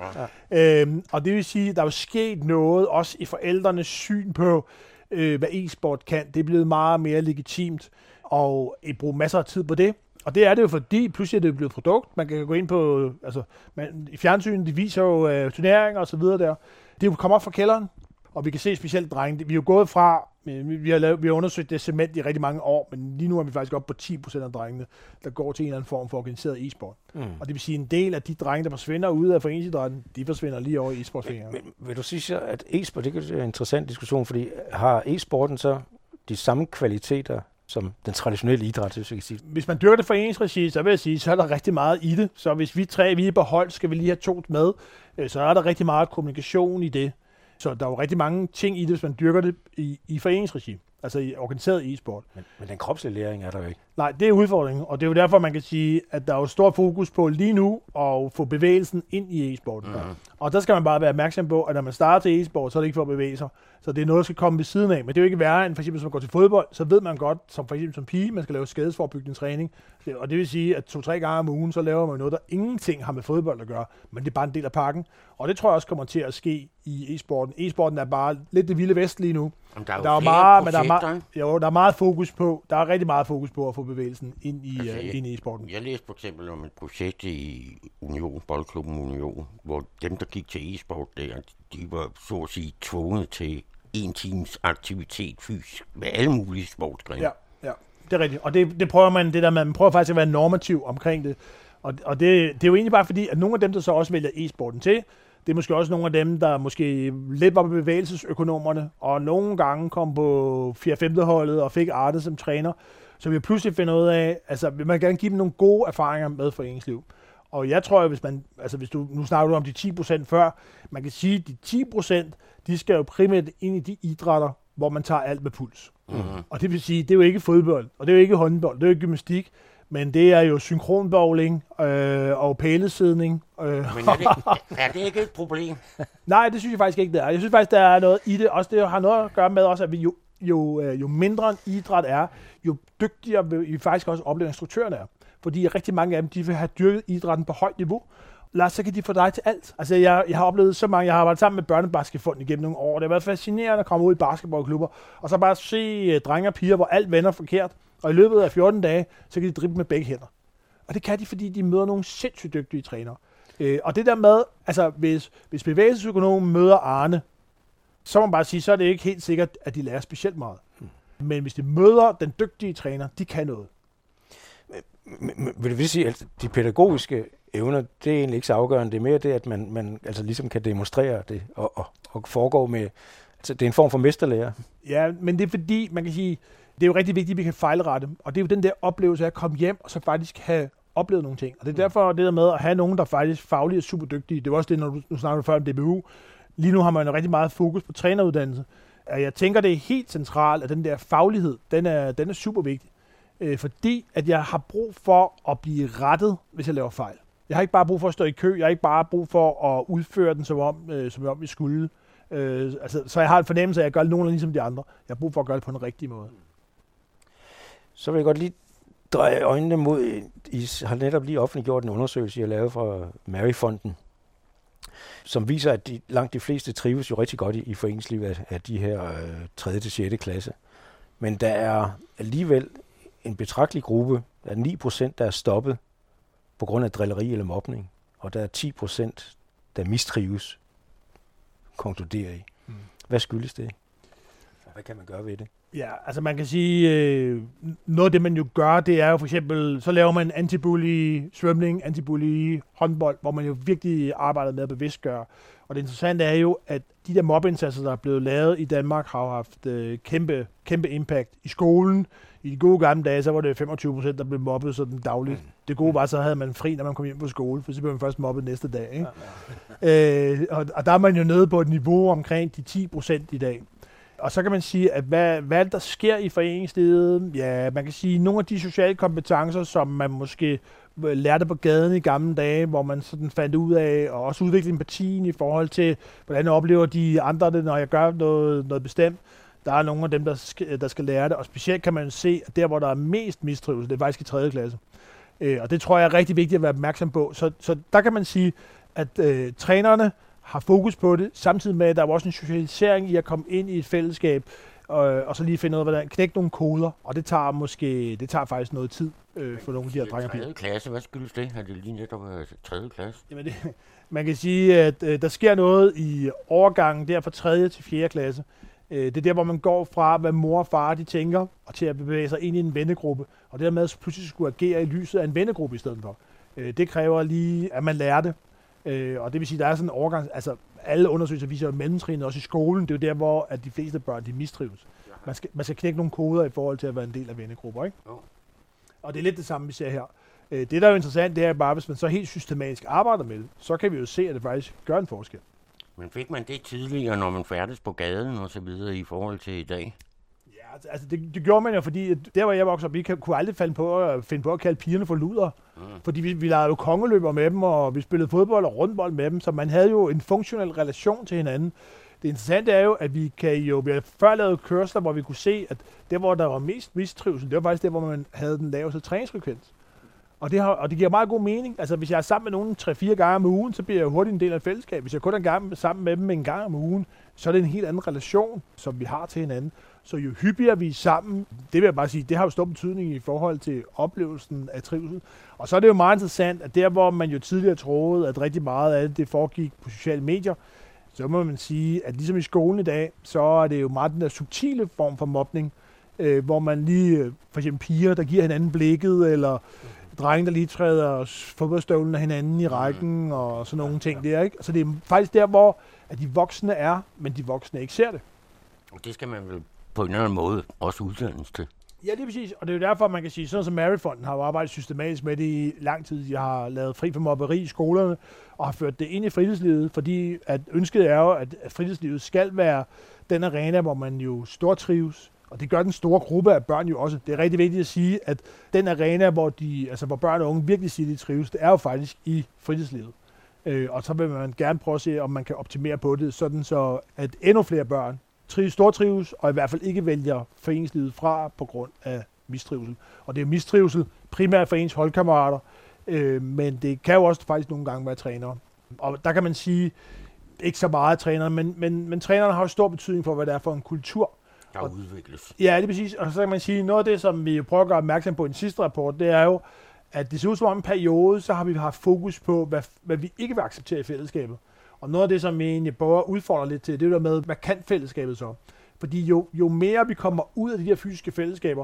Og det vil sige, at der er jo sket noget, også i forældrenes syn på, hvad e-sport kan. Det er blevet meget mere legitimt, og I bruger masser af tid på det. Og det er det jo, fordi pludselig er det blevet et produkt. Man kan gå ind på... Altså, i fjernsynet, de viser jo turneringer og så videre der. Det er jo kommet op fra kælderen. Og vi kan se specielt drenge. Vi er jo gået fra, vi har undersøgt det cement i rigtig mange år, men lige nu er vi faktisk oppe på 10% af drengene, der går til en eller anden form for organiseret e-sport. Og det vil sige, en del af de drenge, der forsvinder ud af foreningsidrætten, de forsvinder lige over i e-sportsforeningerne. Men vil du sige så, at e-sport, det er en interessant diskussion, fordi har e-sporten så de samme kvaliteter som den traditionelle idræt, hvis jeg kan sige? Hvis man dyrker det foreningsregi, så vil jeg sige, så er der rigtig meget i det. Så hvis vi er på hold, skal vi lige have 2 med, så er der rigtig meget kommunikation i det. Så der er jo rigtig mange ting i det, hvis man dyrker det i foreningsregi, altså i organiseret e-sport. Men den kropslige læring er der jo ikke. Nej, det er udfordringen, og det er jo derfor, man kan sige, at der er jo stor fokus på lige nu at få bevægelsen ind i e-sporten. Og der skal man bare være opmærksom på, at når man starter til e-sport, så er det ikke for at bevæge sig. Så det er noget, der skal komme ved siden af. Men det er jo ikke værre end for eksempel, hvis man går til fodbold, så ved man godt, som for eksempel som pige, man skal lave skadesforebyggende træning. Og det vil sige, at 2-3 gange om ugen, så laver man noget, der ingenting har med fodbold at gøre, men det er bare en del af pakken. Og det tror jeg også kommer til at ske i e-sporten. E-sporten er bare lidt det vilde vest lige nu. Der er meget fokus på, der er rigtig meget fokus på at få bevægelsen ind i e-sporten. Jeg læste for eksempel om et projekt i Boldklubben Union, hvor dem, der gik til e-sport der, de var så at sige tvunget til 1 times aktivitet fysisk med alle mulige sportsgrene. Ja, det er rigtigt. Og det prøver man prøver faktisk at være normativ omkring det. Og det er jo egentlig bare fordi, at nogle af dem, der så også vælger e-sporten til, det er måske også nogle af dem, der måske lidt var på bevægelsesøkonomerne, og nogle gange kom på 4-5. holdet og fik Arne som træner. Så vi pludselig finder ud af, altså vil man gerne give dem nogle gode erfaringer med foreningsliv. Og jeg tror, hvis du nu snakker du om de 10% før, man kan sige, at de 10%, de skal jo primært ind i de idrætter, hvor man tager alt med puls. Og det vil sige, det er jo ikke fodbold, og det er jo ikke håndbold, det er jo ikke gymnastik, men det er jo synkronbowling og pælesidning. Men er det ikke et problem? Nej, det synes jeg faktisk ikke, det er. Jeg synes faktisk, der er noget i det. Også det har noget at gøre med, også, at vi jo mindre en idræt er, jo dygtigere vil vi faktisk også opleve instruktørerne er. Fordi rigtig mange af dem, de vil have dyrket idrætten på højt niveau. Så kan de få dig til alt. Altså, jeg har oplevet så mange, jeg har arbejdet sammen med Børnebasketfonden igennem nogle år. Det har været fascinerende at komme ud i basketballklubber, og så bare se drenge og piger, hvor alt vender forkert. Og i løbet af 14 dage, så kan de drible med begge hænder. Og det kan de, fordi de møder nogle sindssygt dygtige trænere. Og det der med, altså hvis bevægelsesøkonomen møder Arne, så må man bare sige, så er det ikke helt sikkert, at de lærer specielt meget. Men hvis de møder den dygtige træner, de kan noget. Vil det sige, at de pædagogiske evner, det er egentlig ikke så afgørende. Det er mere det, at man altså ligesom kan demonstrere det og foregå med... Altså, det er en form for mesterlærer. Ja, men det er fordi, man kan sige, det er jo rigtig vigtigt, at vi kan fejlrette. Og det er jo den der oplevelse af at komme hjem og så faktisk have oplevet nogle ting. Og det er derfor det der med at have nogen, der faktisk fagligt er super dygtige. Det var også det, når du snakkede før om DBU. Lige nu har man jo rigtig meget fokus på træneruddannelse. Jeg tænker, det er helt centralt, at den der faglighed, den er super vigtig. Fordi at jeg har brug for at blive rettet, hvis jeg laver fejl. Jeg har ikke bare brug for at stå i kø, jeg har ikke bare brug for at udføre den, som om vi skulle. Så jeg har en fornemmelse af, at jeg gør det nogenlunde ligesom de andre. Jeg har brug for at gøre det på en rigtig måde. Så vil jeg godt lige dreje øjnene mod, I har netop lige offentliggjort en undersøgelse, jeg lavede fra Maryfonden, som viser, at langt de fleste trives jo rigtig godt i foreningslivet af de her 3. til 6. klasse. Men der er alligevel en betragtelig gruppe, der er 9%, der er stoppet på grund af drilleri eller mobning, og der er 10%, der mistrives, konkluderer I. Hvad skyldes det? Hvad kan man gøre ved det? Ja, altså man kan sige, noget af det man jo gør, det er jo for eksempel, så laver man anti-bully svømning, anti-bully håndbold, hvor man jo virkelig arbejder med at bevidstgøre. Og det interessante er jo, at de der mobbeindsatser, der er blevet lavet i Danmark, har haft kæmpe impact i skolen. I de gode gamle dage, så var det 25%, der blev mobbet sådan dagligt. Det gode var, så havde man fri, når man kom hjem på skole, for så blev man først mobbet næste dag. Ikke? Og der er man jo nede på et niveau omkring de 10% i dag. Og så kan man sige, at hvad der sker i foreningslivet, ja, man kan sige, nogle af de sociale kompetencer, som man måske lærte på gaden i gamle dage, hvor man sådan fandt ud af, og også udvikle empatien i forhold til, hvordan oplever de andre det, når jeg gør noget bestemt. Der er nogle af dem, der skal lære det, og specielt kan man se, at der, hvor der er mest mistrivsel, det er faktisk i 3. klasse. Og det tror jeg er rigtig vigtigt at være opmærksom på. Så der kan man sige, at trænerne har fokus på det, samtidig med, at der er også en socialisering i at komme ind i et fællesskab, og så lige finde ud af, hvordan knække nogle koder, og det tager faktisk noget tid for nogle af de her drenge og piger. 3. klasse, hvad skyldes det? Har det lige netop været 3. klasse? Jamen man kan sige, at der sker noget i overgangen der fra 3. til 4. klasse. Det er der, hvor man går fra, hvad mor og far de tænker, og til at bevæge sig ind i en vennegruppe. Og det der med at pludselig skulle agere i lyset af en vennegruppe i stedet for. Det kræver lige, at man lærer det. Og det vil sige, at der er sådan en overgang, altså alle undersøgelser viser, at mellemtrinnet også i skolen, det er jo der, hvor at de fleste børn, de mistrives. Man skal knække nogle koder i forhold til at være en del af vennegrupper, ikke? Jo. Og det er lidt det samme, vi ser her. Det, der er jo interessant, det er bare, hvis man så helt systematisk arbejder med det, så kan vi jo se, at det faktisk gør en forskel. Men fik man det tidligere, når man færdes på gaden og så videre i forhold til i dag? Ja, altså det gjorde man jo, fordi der, hvor jeg voksede op, vi kunne aldrig finde på at kalde pigerne for luder. Fordi vi lavede jo kongeløber med dem, og vi spillede fodbold og rundbold med dem, så man havde jo en funktionel relation til hinanden. Det interessante er jo, at vi har før lavet kørsler, hvor vi kunne se, at der, hvor der var mest mistrivsel, det var faktisk der, hvor man havde den laveste træningsfrekvens. Og det giver meget god mening. Altså, hvis jeg er sammen med nogen 3-4 gange om ugen, så bliver jeg hurtigt en del af et fællesskab. Hvis jeg kun er sammen med dem en gang om ugen, så er det en helt anden relation, som vi har til hinanden. Så jo hyppigere vi er sammen, det vil jeg bare sige, det har jo stor betydning i forhold til oplevelsen af trivsel. Og så er det jo meget interessant, at der, hvor man jo tidligere troede, at rigtig meget af det foregik på sociale medier, så må man sige, at ligesom i skolen i dag, så er det jo meget den der subtile form for mobning, hvor man lige, for eksempel piger, der giver hinanden blikket, eller drenge, der lige træder fodboldstøvlen af hinanden i rækken, og sådan nogle ting der, ikke? Så det er faktisk der, hvor at de voksne er, men de voksne ikke ser det. Og det skal man vel på en eller anden måde også uddannes til. Ja, det er præcis. Og det er jo derfor, man kan sige, sådan som Maryfonden har jo arbejdet systematisk med det i lang tid. De har lavet fri for mobberi i skolerne, og har ført det ind i fritidslivet, fordi at ønsket er jo, at fritidslivet skal være den arena, hvor man jo stortrives. Og det gør den store gruppe af børn jo også. Det er rigtig vigtigt at sige, at den arena, hvor børn og unge virkelig siger, de trives, det er jo faktisk i fritidslivet. Og så vil man gerne prøve at se, om man kan optimere på det, sådan så at endnu flere børn stortrives, og i hvert fald ikke vælger foreningslivet fra på grund af mistrivsel. Og det er mistrivsel primært for ens holdkammerater, men det kan jo også faktisk nogle gange være trænere. Og der kan man sige, ikke så meget trænere, men trænerne har jo stor betydning for, hvad det er for en kultur, der udvikles. Ja, det er præcis. Og så kan man sige, noget af det, som vi prøver at gøre opmærksom på i den sidste rapport, det er jo, at det ser ud som om en periode, så har vi haft fokus på, hvad vi ikke vil acceptere i fællesskabet. Og noget af det, som vi egentlig bare udfordrer lidt til, det er jo med, hvad kan fællesskabet så? Fordi jo mere vi kommer ud af de her fysiske fællesskaber,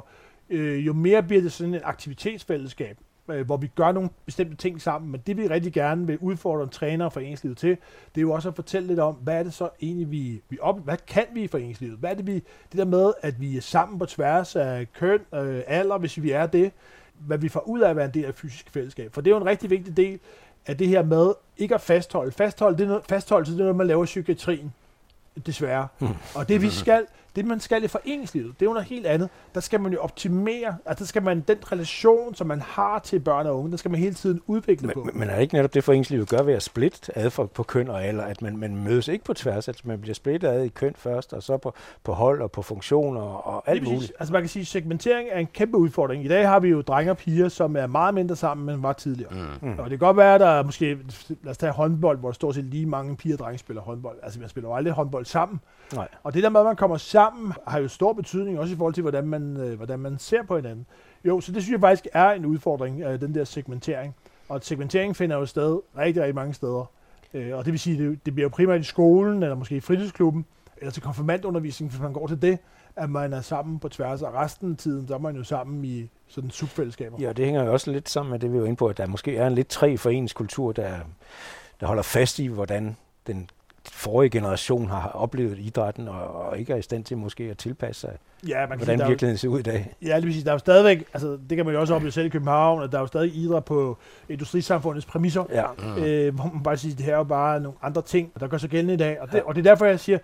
jo mere bliver det sådan et aktivitetsfællesskab, hvor vi gør nogle bestemte ting sammen. Men det vi rigtig gerne vil udfordre en træner for foreningslivet til, det er jo også at fortælle lidt om, hvad er det så egentlig hvad kan vi i foreningslivet? Hvad er det der med, at vi er sammen på tværs af køn, alder, hvis vi er det? hvad vi får ud af at være en del af fysisk fællesskab. For det er jo en rigtig vigtig del af det her med ikke at fastholde. Fastholdelse, det er noget, man laver i psykiatrien, desværre. Og det vi skal, det man skal i foreningslivet, det er jo noget helt andet. Der skal man jo optimere, altså der skal man den relation, som man har til børn og unge, der skal man hele tiden udvikle på. Men er ikke netop det, foreningslivet gør ved at splitte ad på køn og alder, at man mødes ikke på tværs, at man bliver splittet ad i køn først, og så på hold og på funktioner og alt muligt? Altså man kan sige, at segmentering er en kæmpe udfordring. I dag har vi jo drenge og piger, som er meget mindre sammen, end var tidligere. Og det kan godt være, at der måske, lad os tage håndbold, hvor der stort set lige mange piger og drenge spiller håndbold. Altså man spiller jo aldrig håndbold sammen. Nej. Og det der med, at man kommer sammen, har jo stor betydning, også i forhold til, hvordan man ser på hinanden. Jo, så det synes jeg faktisk er en udfordring, den der segmentering. Og segmentering finder jo sted rigtig, rigtig mange steder. Og det vil sige, det bliver jo primært i skolen, eller måske i fritidsklubben, eller til konfirmandundervisning, hvis man går til det, at man er sammen på tværs, og resten af tiden, så er man jo sammen i sådan subfællesskaber. Ja, det hænger jo også lidt sammen med det, vi var inde på, at der måske er en lidt træg foreningskultur, der holder fast i, hvordan den forrige generation har oplevet idrætten, og ikke er i stand til måske at tilpasse sig, hvordan virkeligheden ser ud i dag. Ja, det vil sige, der er jo stadigvæk, altså det kan man jo også opleve selv i København, at der er jo stadig idræt på industrisamfundets præmisser, hvor man bare siger, at det her er jo bare nogle andre ting, der gør sig gældende i dag. Og det er derfor, jeg siger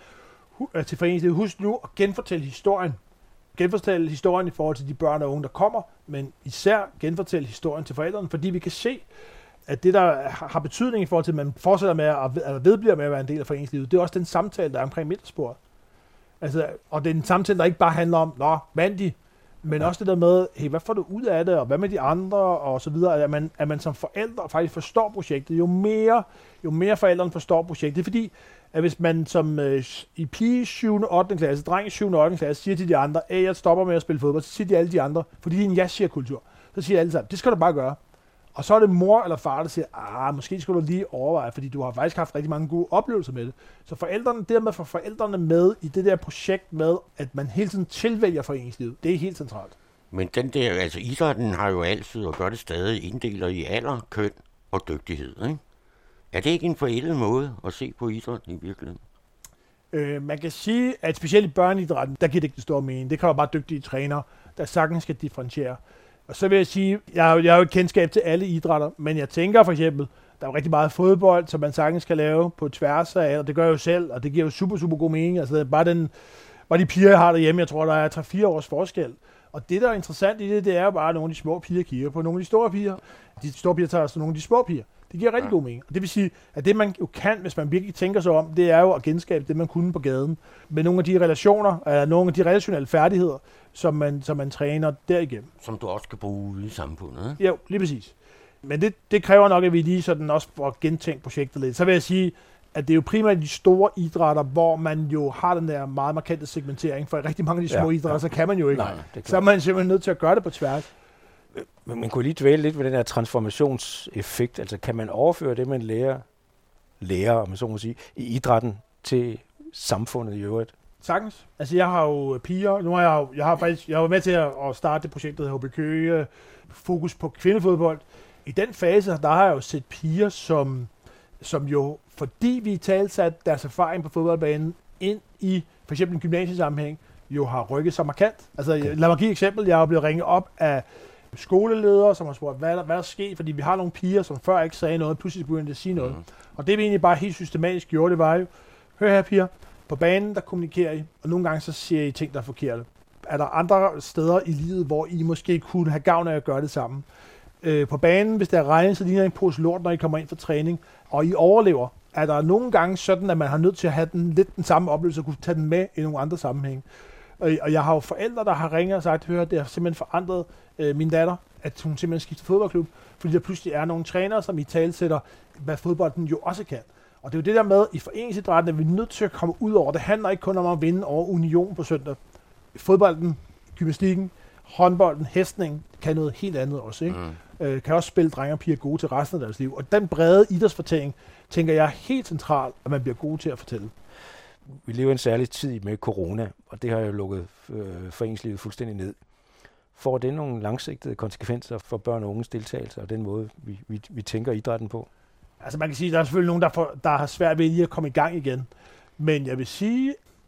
til foreningslivet, husk nu at genfortælle historien. Genfortælle historien i forhold til de børn og unge, der kommer, men især genfortælle historien til forældrene, fordi vi kan se, at det, der har betydning i forhold til, at man fortsætter med at vedbliver med at være en del af foreningslivet, det er også den samtale, der er omkring middagsbordet. Altså, og det er en samtale, der ikke bare handler om, vandig, men også det der med, hey, hvad får du ud af det, og hvad med de andre, og så videre, at man som forældre faktisk forstår projektet, jo mere forældrene forstår projektet, fordi at hvis man som i pige 7. og 8. klasse, dreng i 7. og 8. klasse, siger til de andre, jeg stopper med at spille fodbold, så siger de alle de andre, fordi det er en ja-siger-kultur, så siger alle sammen, det skal du bare gøre. Og så er det mor eller far, der siger, måske skulle du lige overveje, fordi du har faktisk haft rigtig mange gode oplevelser med det. Så forældrene, dermed får forældrene med i det der projekt med, at man hele tiden tilvælger foreningslivet. Det er helt centralt. Men den der, altså idrætten har jo altid, og gør det stadig, inddeler i alder, køn og dygtighed, ikke? Er det ikke en forældet måde at se på idrætten i virkeligheden? Man kan sige, at specielt i børneidrætten, der giver det ikke det store mening. Det kan jo bare dygtige trænere, der sagtens skal differentiere. Og så vil jeg sige, jeg har jo et kendskab til alle idrætter, men jeg tænker for eksempel, der er jo rigtig meget fodbold, som man sagtens kan lave på tværs af, og det gør jeg jo selv, og det giver jo super, super god mening. Altså bare de piger, jeg har derhjemme, jeg tror, der er 3-4 års forskel. Og det, der er interessant i det er jo bare, at nogle af de små piger kigger på nogle af de store piger. De store piger tager altså nogle af de små piger. Det giver rigtig god mening. Og det vil sige, at det man jo kan, hvis man virkelig tænker sig om, det er jo at genskabe det, man kunne på gaden. Med nogle af de relationer, eller nogle af de relationelle færdigheder, som man træner derigennem. Som du også kan bruge ude i samfundet, ikke? Jo, lige præcis. Men det kræver nok, at vi lige sådan også får gentænkt projektet lidt. Så vil jeg sige, at det er jo primært de store idrætter, hvor man jo har den der meget markante segmentering. For rigtig mange af de små idrætter, så kan man jo ikke. Nej, så er man simpelthen nødt til at gøre det på tværs. Men man kunne lige dvæle lidt ved den her transformationseffekt. Altså kan man overføre det, man lærer om man så må sige, i idrætten til samfundet i øvrigt? Sagtens. Altså jeg har jo piger. Nu har jeg har været med til at starte det projekt, der hedder HB Køge, fokus på kvindefodbold. I den fase, der har jeg jo set piger, som jo, fordi vi talsat deres erfaring på fodboldbanen ind i for eksempel en gymnasiesammenhæng, jo har rykket sig markant. Altså lad mig give et eksempel. Jeg er blevet ringet op af skoleledere, som har spurgt, hvad der sker, fordi vi har nogle piger, som før ikke sagde noget, pludselig begyndte at sige noget. Og det vi egentlig bare helt systematisk gjorde, det var jo, hør her piger, på banen, der kommunikerer I, og nogle gange så siger I ting, der er forkerte. Er der andre steder i livet, hvor I måske kunne have gavn af at gøre det sammen? På banen, hvis der er regn, så ligner I en pose lort, når I kommer ind for træning, og I overlever. Er der nogle gange sådan, at man har nødt til at have lidt den samme oplevelse, og kunne tage den med i nogle andre sammenhænge? Og jeg har jo forældre, der har ringet og sagt, hør, det har simpelthen forandret min datter, at hun simpelthen skifter fodboldklub, fordi der pludselig er nogle trænere, som i talsætter, hvad fodbolden jo også kan. Og det er jo det der med, i foreningsidrætten, at vi er nødt til at komme ud over. Det handler ikke kun om at vinde over Union på søndag. Fodbolden, gymnastikken, håndbolden, hestning kan noget helt andet også. Ikke? Kan også spille drenge og piger gode til resten af deres liv. Og den brede idrætsfortælling, tænker jeg er helt central, at man bliver god til at fortælle. Vi lever en særlig tid med corona, og det har jo lukket foreningslivet fuldstændig ned. Får det nogle langsigtede konsekvenser for børn og unges deltagelse og den måde, vi tænker idrætten på? Altså man kan sige, at der er selvfølgelig nogen, der har svært ved lige at komme i gang igen. Men jeg vil sige,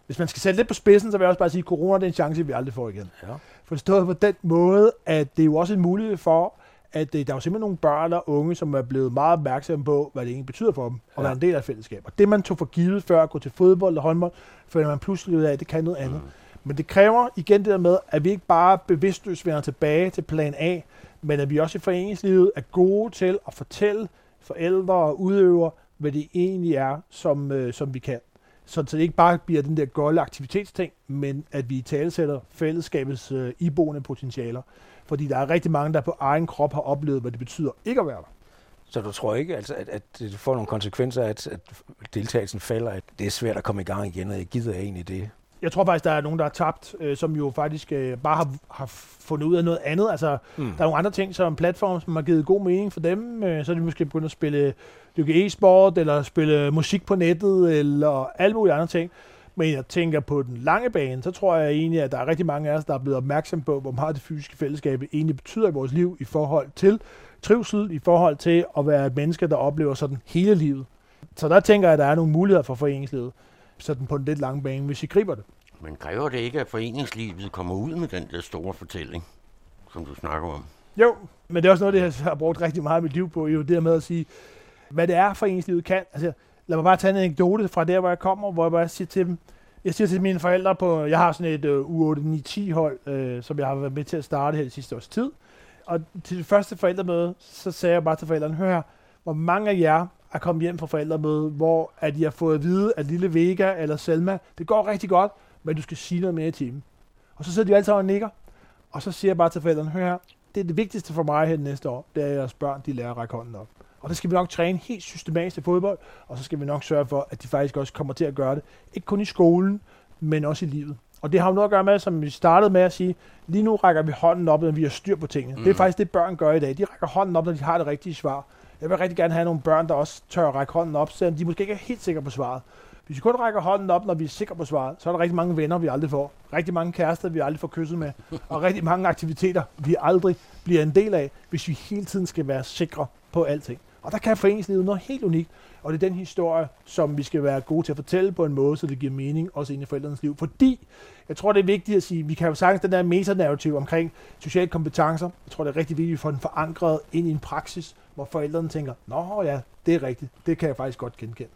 Hvis man skal sætte lidt på spidsen, så vil jeg også bare sige, at corona det er en chance, vi aldrig får igen. Ja. Forstået på den måde, at det er jo også en mulighed for, at der er jo simpelthen nogle børn og unge, som er blevet meget opmærksomme på, hvad det egentlig betyder for dem, og være en del af fællesskab. Og det, man tog for givet før at gå til fodbold og håndbold, finder man pludselig ud af, at det kan noget andet. Men det kræver igen det der med, at vi ikke bare bevidstløst vender tilbage til plan A, men at vi også i foreningslivet er gode til at fortælle forældre og udøvere, hvad det egentlig er, som vi kan. Så det ikke bare bliver den der golde aktivitetsting, men at vi i talesætter fællesskabets iboende potentialer. Fordi der er rigtig mange, der på egen krop har oplevet, hvad det betyder ikke at være der. Så du tror ikke, altså, at det får nogle konsekvenser, at deltagelsen falder, at det er svært at komme i gang igen, og jeg gider egentlig det? Jeg tror faktisk, der er nogen, der er tabt, som jo faktisk bare har fundet ud af noget andet. Altså, der er nogle andre ting, som platform, som har givet god mening for dem. Så er de måske begyndt at spille e-sport, eller spille musik på nettet, eller alle mulige andre ting. Men jeg tænker på den lange bane, så tror jeg egentlig, at der er rigtig mange af os, der er blevet opmærksom på, hvor meget det fysiske fællesskab egentlig betyder i vores liv i forhold til trivsel, i forhold til at være et menneske, der oplever sådan hele livet. Så der tænker jeg, at der er nogle muligheder for foreningslivet, sådan på den lidt lange bane, hvis I griber det. Men kræver det ikke, at foreningslivet kommer ud med den der store fortælling, som du snakker om? Jo, men det er også noget, det jeg har brugt rigtig meget af mit liv på, jo det med at sige, hvad det er, foreningslivet kan. Altså, lad mig bare tage en anekdote fra der, hvor jeg kommer, hvor jeg bare siger til dem, jeg siger til mine forældre på, jeg har sådan et U8-9-10 hold, som jeg har været med til at starte her det sidste års tid. Og til det første forældremøde, så sagde jeg bare til forældrene, hør her, hvor mange af jer er kommet hjem fra forældremøde, hvor at I har fået at vide, at lille Vega eller Selma, det går rigtig godt, men du skal sige noget mere i timen. Og så sidder de altid og nikker, og så siger jeg bare til forældrene, hør her, det er det vigtigste for mig her næste år, det er, at jeres børn, de lærer at række hånden op. Og der skal vi nok træne helt systematisk til fodbold, og så skal vi nok sørge for, at de faktisk også kommer til at gøre det. Ikke kun i skolen, men også i livet. Og det har jo noget at gøre med, som vi startede med at sige, lige nu rækker vi hånden op, når vi har styr på tingene. Det er faktisk det, børn gør i dag. De rækker hånden op, når de har det rigtige svar. Jeg vil rigtig gerne have nogle børn, der også tør at række hånden op, selvom de måske ikke er helt sikre på svaret. Hvis vi kun rækker hånden op, når vi er sikre på svaret, så er der rigtig mange venner, vi aldrig får. Rigtig mange kærester, vi aldrig får kysset med. Og rigtig mange aktiviteter, vi aldrig bliver en del af, hvis vi hele tiden skal være sikre på alting. Og der kan foreningslivet noget helt unikt, og det er den historie, som vi skal være gode til at fortælle på en måde, så det giver mening også ind i forældrenes liv. Fordi, jeg tror, det er vigtigt at sige, vi kan jo sagtens den der metanarrativ omkring sociale kompetencer. Jeg tror, det er rigtig vigtigt, at vi får den forankret ind i en praksis, hvor forældrene tænker, nå ja, det er rigtigt, det kan jeg faktisk godt genkende.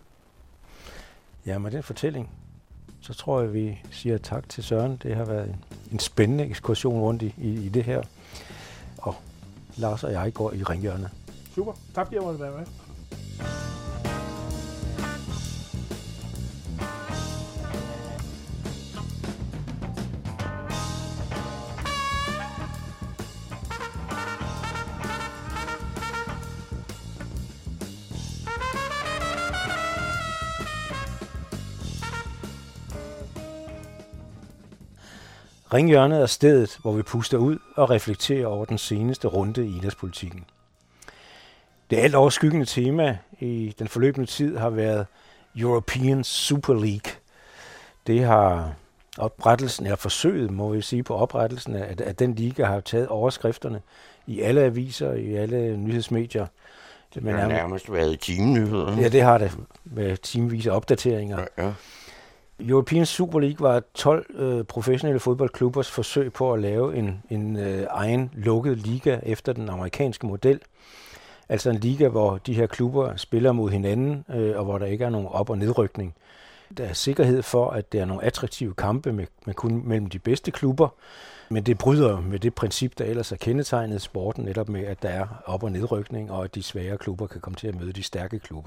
Ja, med den fortælling, så tror jeg, vi siger tak til Søren. Det har været en spændende ekskursion rundt i det her. Og Lars og jeg går i ringhjørnet. Super. Tak fordi jeg måtte være med. Ringhjørnet er stedet, hvor vi puster ud og reflekterer over den seneste runde i idrætspolitikken. Det alt overskyggende tema i den forløbende tid har været European Super League. Det har oprettelsen, eller forsøget, må vi sige, på oprettelsen af den liga har taget overskrifterne i alle aviser, i alle nyhedsmedier. Det har nærmest været timenyheder. Ja, det har det, med timevise opdateringer. Ja. European Super League var 12 professionelle fodboldklubbers forsøg på at lave en egen lukket liga efter den amerikanske model. Altså en liga, hvor de her klubber spiller mod hinanden, og hvor der ikke er nogen op- og nedrykning. Der er sikkerhed for, at det er nogle attraktive kampe med kun mellem de bedste klubber, men det bryder med det princip, der ellers er kendetegnet sporten, netop med, at der er op- og nedrykning, og at de svære klubber kan komme til at møde de stærke klubber.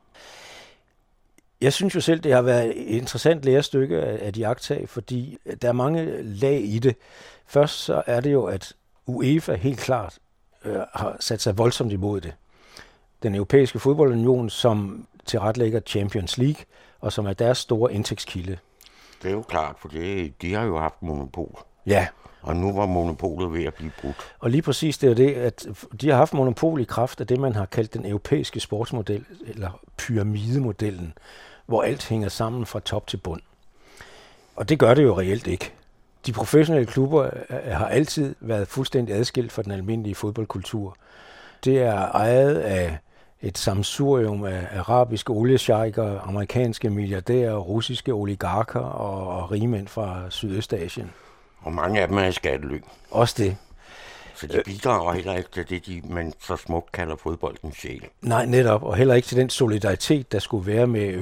Jeg synes jo selv, det har været et interessant lærestykke af de iagttag, fordi der er mange lag i det. Først så er det jo, at UEFA helt klart har sat sig voldsomt imod det. Den europæiske fodboldunion, som tilrettelægger Champions League, og som er deres store indtægtskilde. Det er jo klart, for de har jo haft monopol. Ja. Og nu var monopolet ved at blive brudt. Og lige præcis det er det, at de har haft monopol i kraft af det, man har kaldt den europæiske sportsmodel, eller pyramidemodellen, hvor alt hænger sammen fra top til bund. Og det gør det jo reelt ikke. De professionelle klubber har altid været fuldstændig adskilt fra den almindelige fodboldkultur. Det er ejet af et sammensurium af arabiske oliesjejker, amerikanske milliardærer, russiske oligarker og rigmænd fra Sydøstasien. Og mange af dem er i skattely. Også det. Så de bidrager heller ikke til det, man så smukt kalder fodboldens sjæl. Nej, netop. Og heller ikke til den solidaritet, der skulle være med,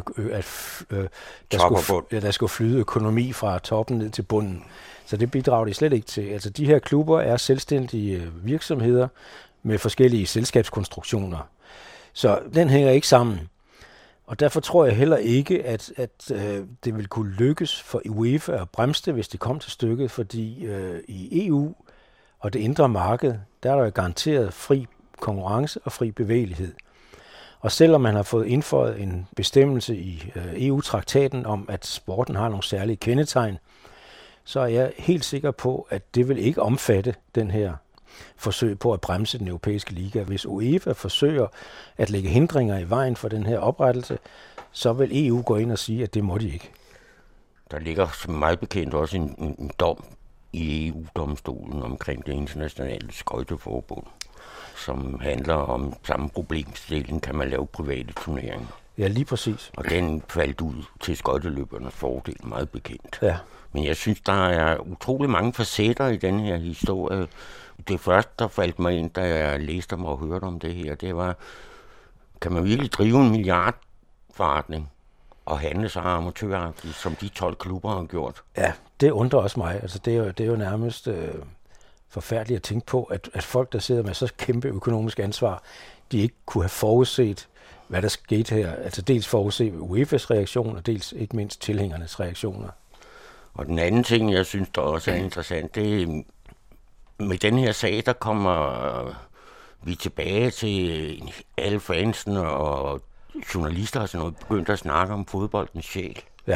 der skulle flyde økonomi fra toppen ned til bunden. Så det bidrager de slet ikke til. Altså de her klubber er selvstændige virksomheder med forskellige selskabskonstruktioner. Så den hænger ikke sammen. Og derfor tror jeg heller ikke, at det vil kunne lykkes for UEFA at bremse det, hvis det kom til stykket, fordi i EU og det indre marked, der er der garanteret fri konkurrence og fri bevægelighed. Og selvom man har fået indføjet en bestemmelse i EU-traktaten om, at sporten har nogle særlige kendetegn, så er jeg helt sikker på, at det vil ikke omfatte den her forsøg på at bremse den europæiske liga. Hvis UEFA forsøger at lægge hindringer i vejen for den her oprettelse, så vil EU gå ind og sige, at det må de ikke. Der ligger som meget bekendt også en dom i EU-domstolen omkring det internationale skøjteforbund, som handler om samme problemstilling, kan man lave private turneringer. Ja, lige præcis. Og den faldt ud til skøjteløbernes fordel, meget bekendt. Ja. Men jeg synes, der er utrolig mange facetter i den her historie. Det første, der faldt mig ind, da jeg læste om og hørte om det her, det var, kan man virkelig drive en milliardforretning og handle så amatøragtigt, som de 12 klubber har gjort? Ja, det undrer også mig. Altså, det er jo nærmest forfærdeligt at tænke på, at folk, der sidder med så kæmpe økonomisk ansvar, de ikke kunne have forudset, hvad der skete her. Altså dels forudse UEFA's reaktion, og dels ikke mindst tilhængernes reaktioner. Og den anden ting, jeg synes, der også er interessant, det er, med den her sag, der kommer vi tilbage til alle fansen og journalister og sådan noget, begyndt at snakke om fodboldens sjæl. Ja.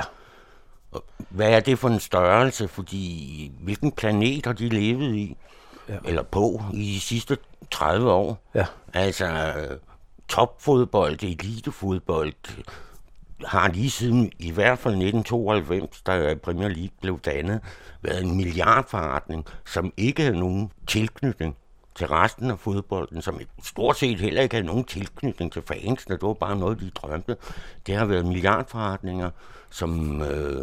Hvad er det for en størrelse? Fordi hvilken planet har de levet i? Ja. Eller på i de sidste 30 år? Ja. Altså topfodbold, elitefodbold har lige siden i hvert fald 1992, da Premier League blev dannet, været en milliardforretning, som ikke havde nogen tilknytning til resten af fodbolden, som stort set heller ikke havde nogen tilknytning til fansene. Det var bare noget, de drømte. Det har været milliardforretninger, som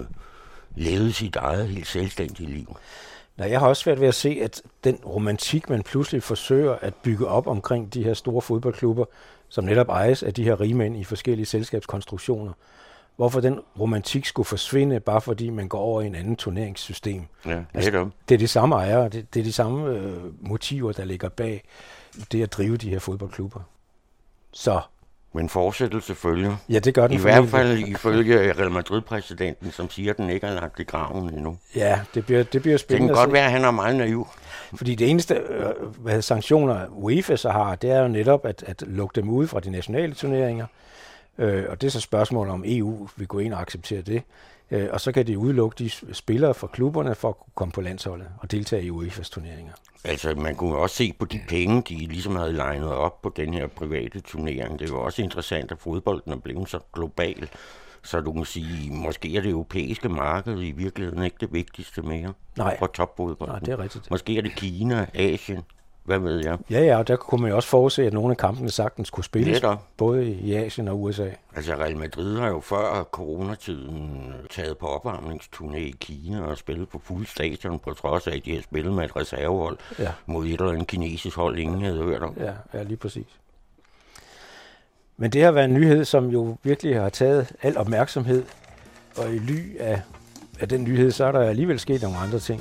levede sit eget helt selvstændige liv. Nej, jeg har også svært ved at se, at den romantik, man pludselig forsøger at bygge op omkring de her store fodboldklubber, som netop ejes af de her rigmænd i forskellige selskabskonstruktioner, hvorfor den romantik skulle forsvinde, bare fordi man går over i en anden turneringssystem. Ja, altså, det er de samme ejere, det er de samme motiver, der ligger bag det at drive de her fodboldklubber. Så. Men fortsættelse følger. Ja, det gør den. I hvert fald ifølge Real Madrid-præsidenten, som siger, at den ikke er lagt i graven endnu. Ja, det bliver spændende. Det kan godt være, at han er meget naiv. Fordi det eneste sanktioner UEFA så har, det er jo netop at lukke dem ud fra de nationale turneringer. Og det er så spørgsmålet, om EU vil gå ind og acceptere det. Og så kan de udelukke de spillere fra klubberne for at komme på landsholdet og deltage i UEFA's turneringer. Altså, man kunne også se på de penge, de ligesom havde legnet op på den her private turnering. Det var også interessant, at fodbolden er blevet så global, så du kan sige, måske er det europæiske marked i virkeligheden ikke det vigtigste mere for topfodbolden. Nej, det er rigtigt. Måske er det Kina, Asien, hvad ved jeg. Ja, og der kunne man jo også forudse, at nogle af kampene sagtens kunne spilles, både i Asien og USA. Altså, Real Madrid har jo før coronatiden taget på opvarmningsturné i Kina og spillet på fuld stadion, på trods af, at de har spillet med et reservehold mod et eller andet kinesisk hold, ingen havde hørt om. Ja, lige præcis. Men det har været en nyhed, som jo virkelig har taget al opmærksomhed, og i ly af den nyhed, så er der alligevel sket nogle andre ting.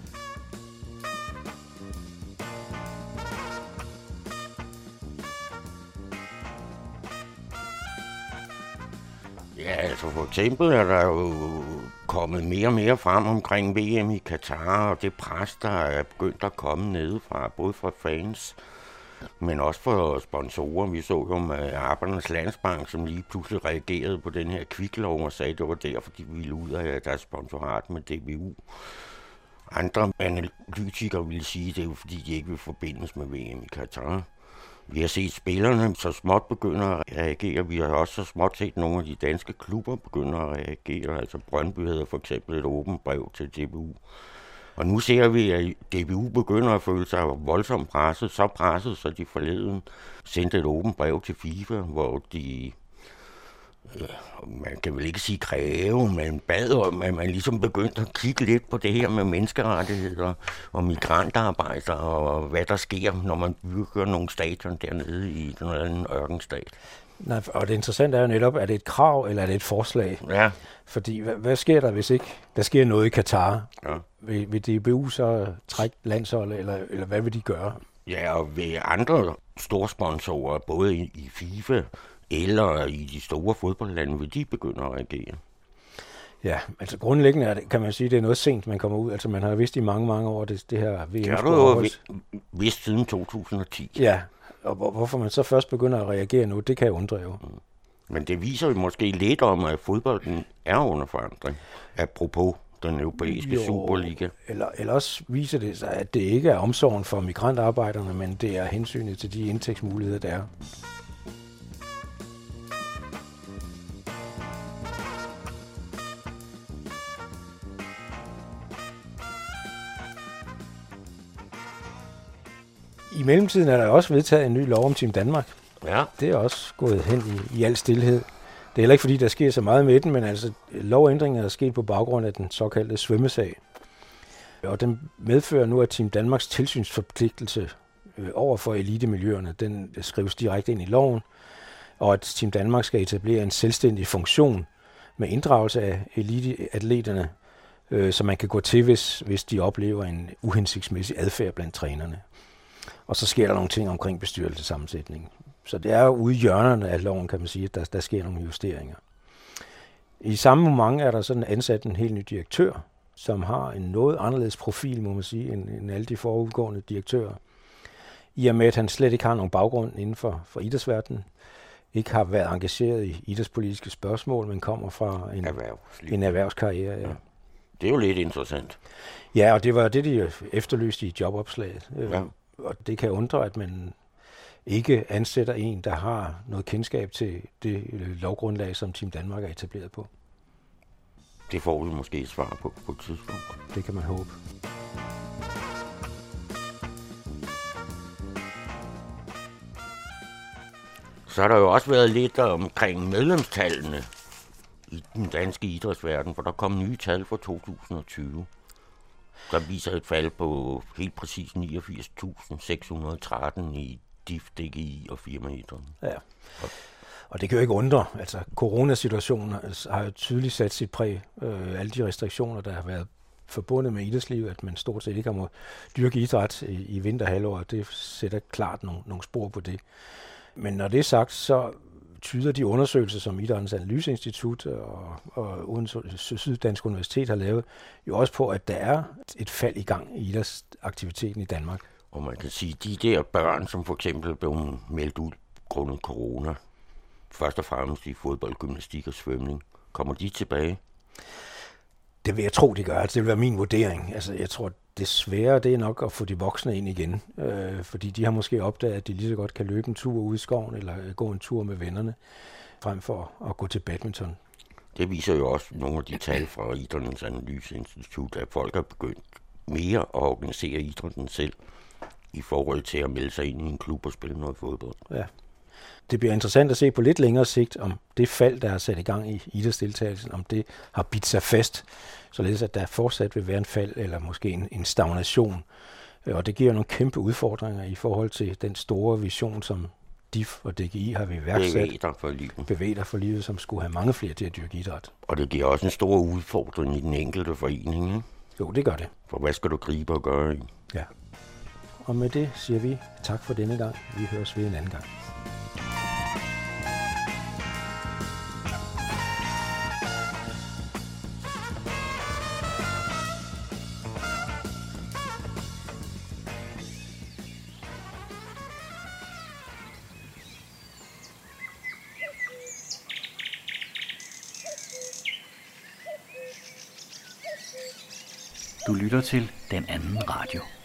Ja, altså for eksempel er der jo kommet mere og mere frem omkring VM i Katar, og det pres, der er begyndt at komme nedefra, både fra fans, men også for sponsorer. Vi så jo med Arbejdernes Landsbank, som lige pludselig reagerede på den her kviklov og sagde, at det var derfor, de ville ud af deres sponsorat med DBU. Andre analytikere ville sige, at det er jo fordi, de ikke vil forbindes med VM i Katar. Vi har set spillerne så småt begynde at reagere. Vi har også så småt set nogle af de danske klubber begynde at reagere. Altså Brøndby havde for eksempel et åbent brev til DBU, Og nu ser vi, at DBU begynder at føle sig voldsomt presset, så de forleden sendte et åbent brev til FIFA, hvor de, man kan vel ikke sige kræve, men bad om, at man ligesom begyndte at kigge lidt på det her med menneskerettigheder og migrantarbejdere og hvad der sker, når man bygger nogle stadion dernede i den anden ørkenstat. Nej, og det interessante er jo netop, er det et krav, eller er det et forslag? Ja. Fordi, hvad sker der, hvis ikke der sker noget i Katar? Ja. Vil DBU så trække landsholdet, eller hvad vil de gøre? Ja, og ved andre store sponsorer, både i FIFA eller i de store fodboldlande, vil de begynde at reagere. Ja, altså grundlæggende kan man sige, at det er noget sent, man kommer ud. Altså man har vidst i mange år, det her VM. Det har du jo vidst siden 2010. Ja, og hvorfor man så først begynder at reagere nu, det kan jeg undre jo. Men det viser jo måske lidt om, at fodbolden er under forandring. Apropos den europæiske Superliga. Eller også viser det sig, at det ikke er omsorgen for migrantarbejderne, men det er hensynet til de indtægtsmuligheder, der er. I mellemtiden er der også vedtaget en ny lov om Team Danmark. Ja. Det er også gået hen i al stilhed. Det er heller ikke, fordi der sker så meget med den, men altså lovændringen er sket på baggrund af den såkaldte svømmesag. Og den medfører nu, at Team Danmarks tilsynsforpligtelse over for elitemiljøerne, den skrives direkte ind i loven, og at Team Danmark skal etablere en selvstændig funktion med inddragelse af eliteatleterne, som man kan gå til, hvis de oplever en uhensigtsmæssig adfærd blandt trænerne. Og så sker der nogle ting omkring bestyrelsesammensætning. Så det er jo ude i hjørnerne af loven, kan man sige, at der sker nogle justeringer. I samme moment er der sådan ansat en helt ny direktør, som har en noget anderledes profil, må man sige, end alle de forudgående direktører. I og med, at han slet ikke har nogen baggrund inden for idrætsverdenen, ikke har været engageret i idrætspolitiske spørgsmål, men kommer fra en erhvervskarriere. Ja. Det er jo lidt interessant. Ja, og det var det, de efterlyste i jobopslaget. Ja. Og det kan undre, at man ikke ansætter en, der har noget kendskab til det lovgrundlag, som Team Danmark er etableret på. Det får vi måske et svar på et tidspunkt. Det kan man håbe. Så har der jo også været lidt omkring medlemstallene i den danske idrætsverden, for der kom nye tal for 2020. Der viser et fald på helt præcis 89.613 i DIF, DGI og firmaidrætten. Ja, og det kan jo ikke undre. Altså, coronasituationen har jo tydeligt sat sit præg. Alle de restriktioner, der har været forbundet med idrætslivet, at man stort set ikke har måttet dyrke idræt i vinterhalvåret, det sætter klart nogle spor på det. Men når det er sagt, så tyder de undersøgelser, som Idrættens Analyseinstitut og Syddansk Universitet har lavet, jo også på, at der er et fald i gang i idrætsaktiviteten i Danmark. Og man kan sige, at de der børn, som for eksempel blev meldt ud grundet corona, først og fremmest i fodbold, gymnastik og svømning, kommer de tilbage? Det vil jeg tro, de gør. Det vil være min vurdering. Altså, jeg tror, det svære det er nok at få de voksne ind igen. Fordi de har måske opdaget, at de lige så godt kan løbe en tur ude i skoven, eller gå en tur med vennerne, frem for at gå til badminton. Det viser jo også nogle af de tal fra Idrættens Analyseinstitut, at folk er begyndt mere at organisere idrætten selv, i forhold til at melde sig ind i en klub og spille noget fodbold. Ja. Det bliver interessant at se på lidt længere sigt, om det fald, der er sat i gang i idrætsdeltagelsen, om det har bidt sig fast, således at der fortsat vil være en fald, eller måske en stagnation. Og det giver nogle kæmpe udfordringer i forhold til den store vision, som DIF og DGI har iværksat. Bevæg dig for livet, som skulle have mange flere til at dyrke idræt. Og det giver også en stor udfordring i den enkelte forening, ikke? Jo, det gør det. For hvad skal du gribe og gøre i? Ja. Og med det siger vi tak for denne gang. Vi høres ved en anden gang. Du lytter til Den Anden Radio.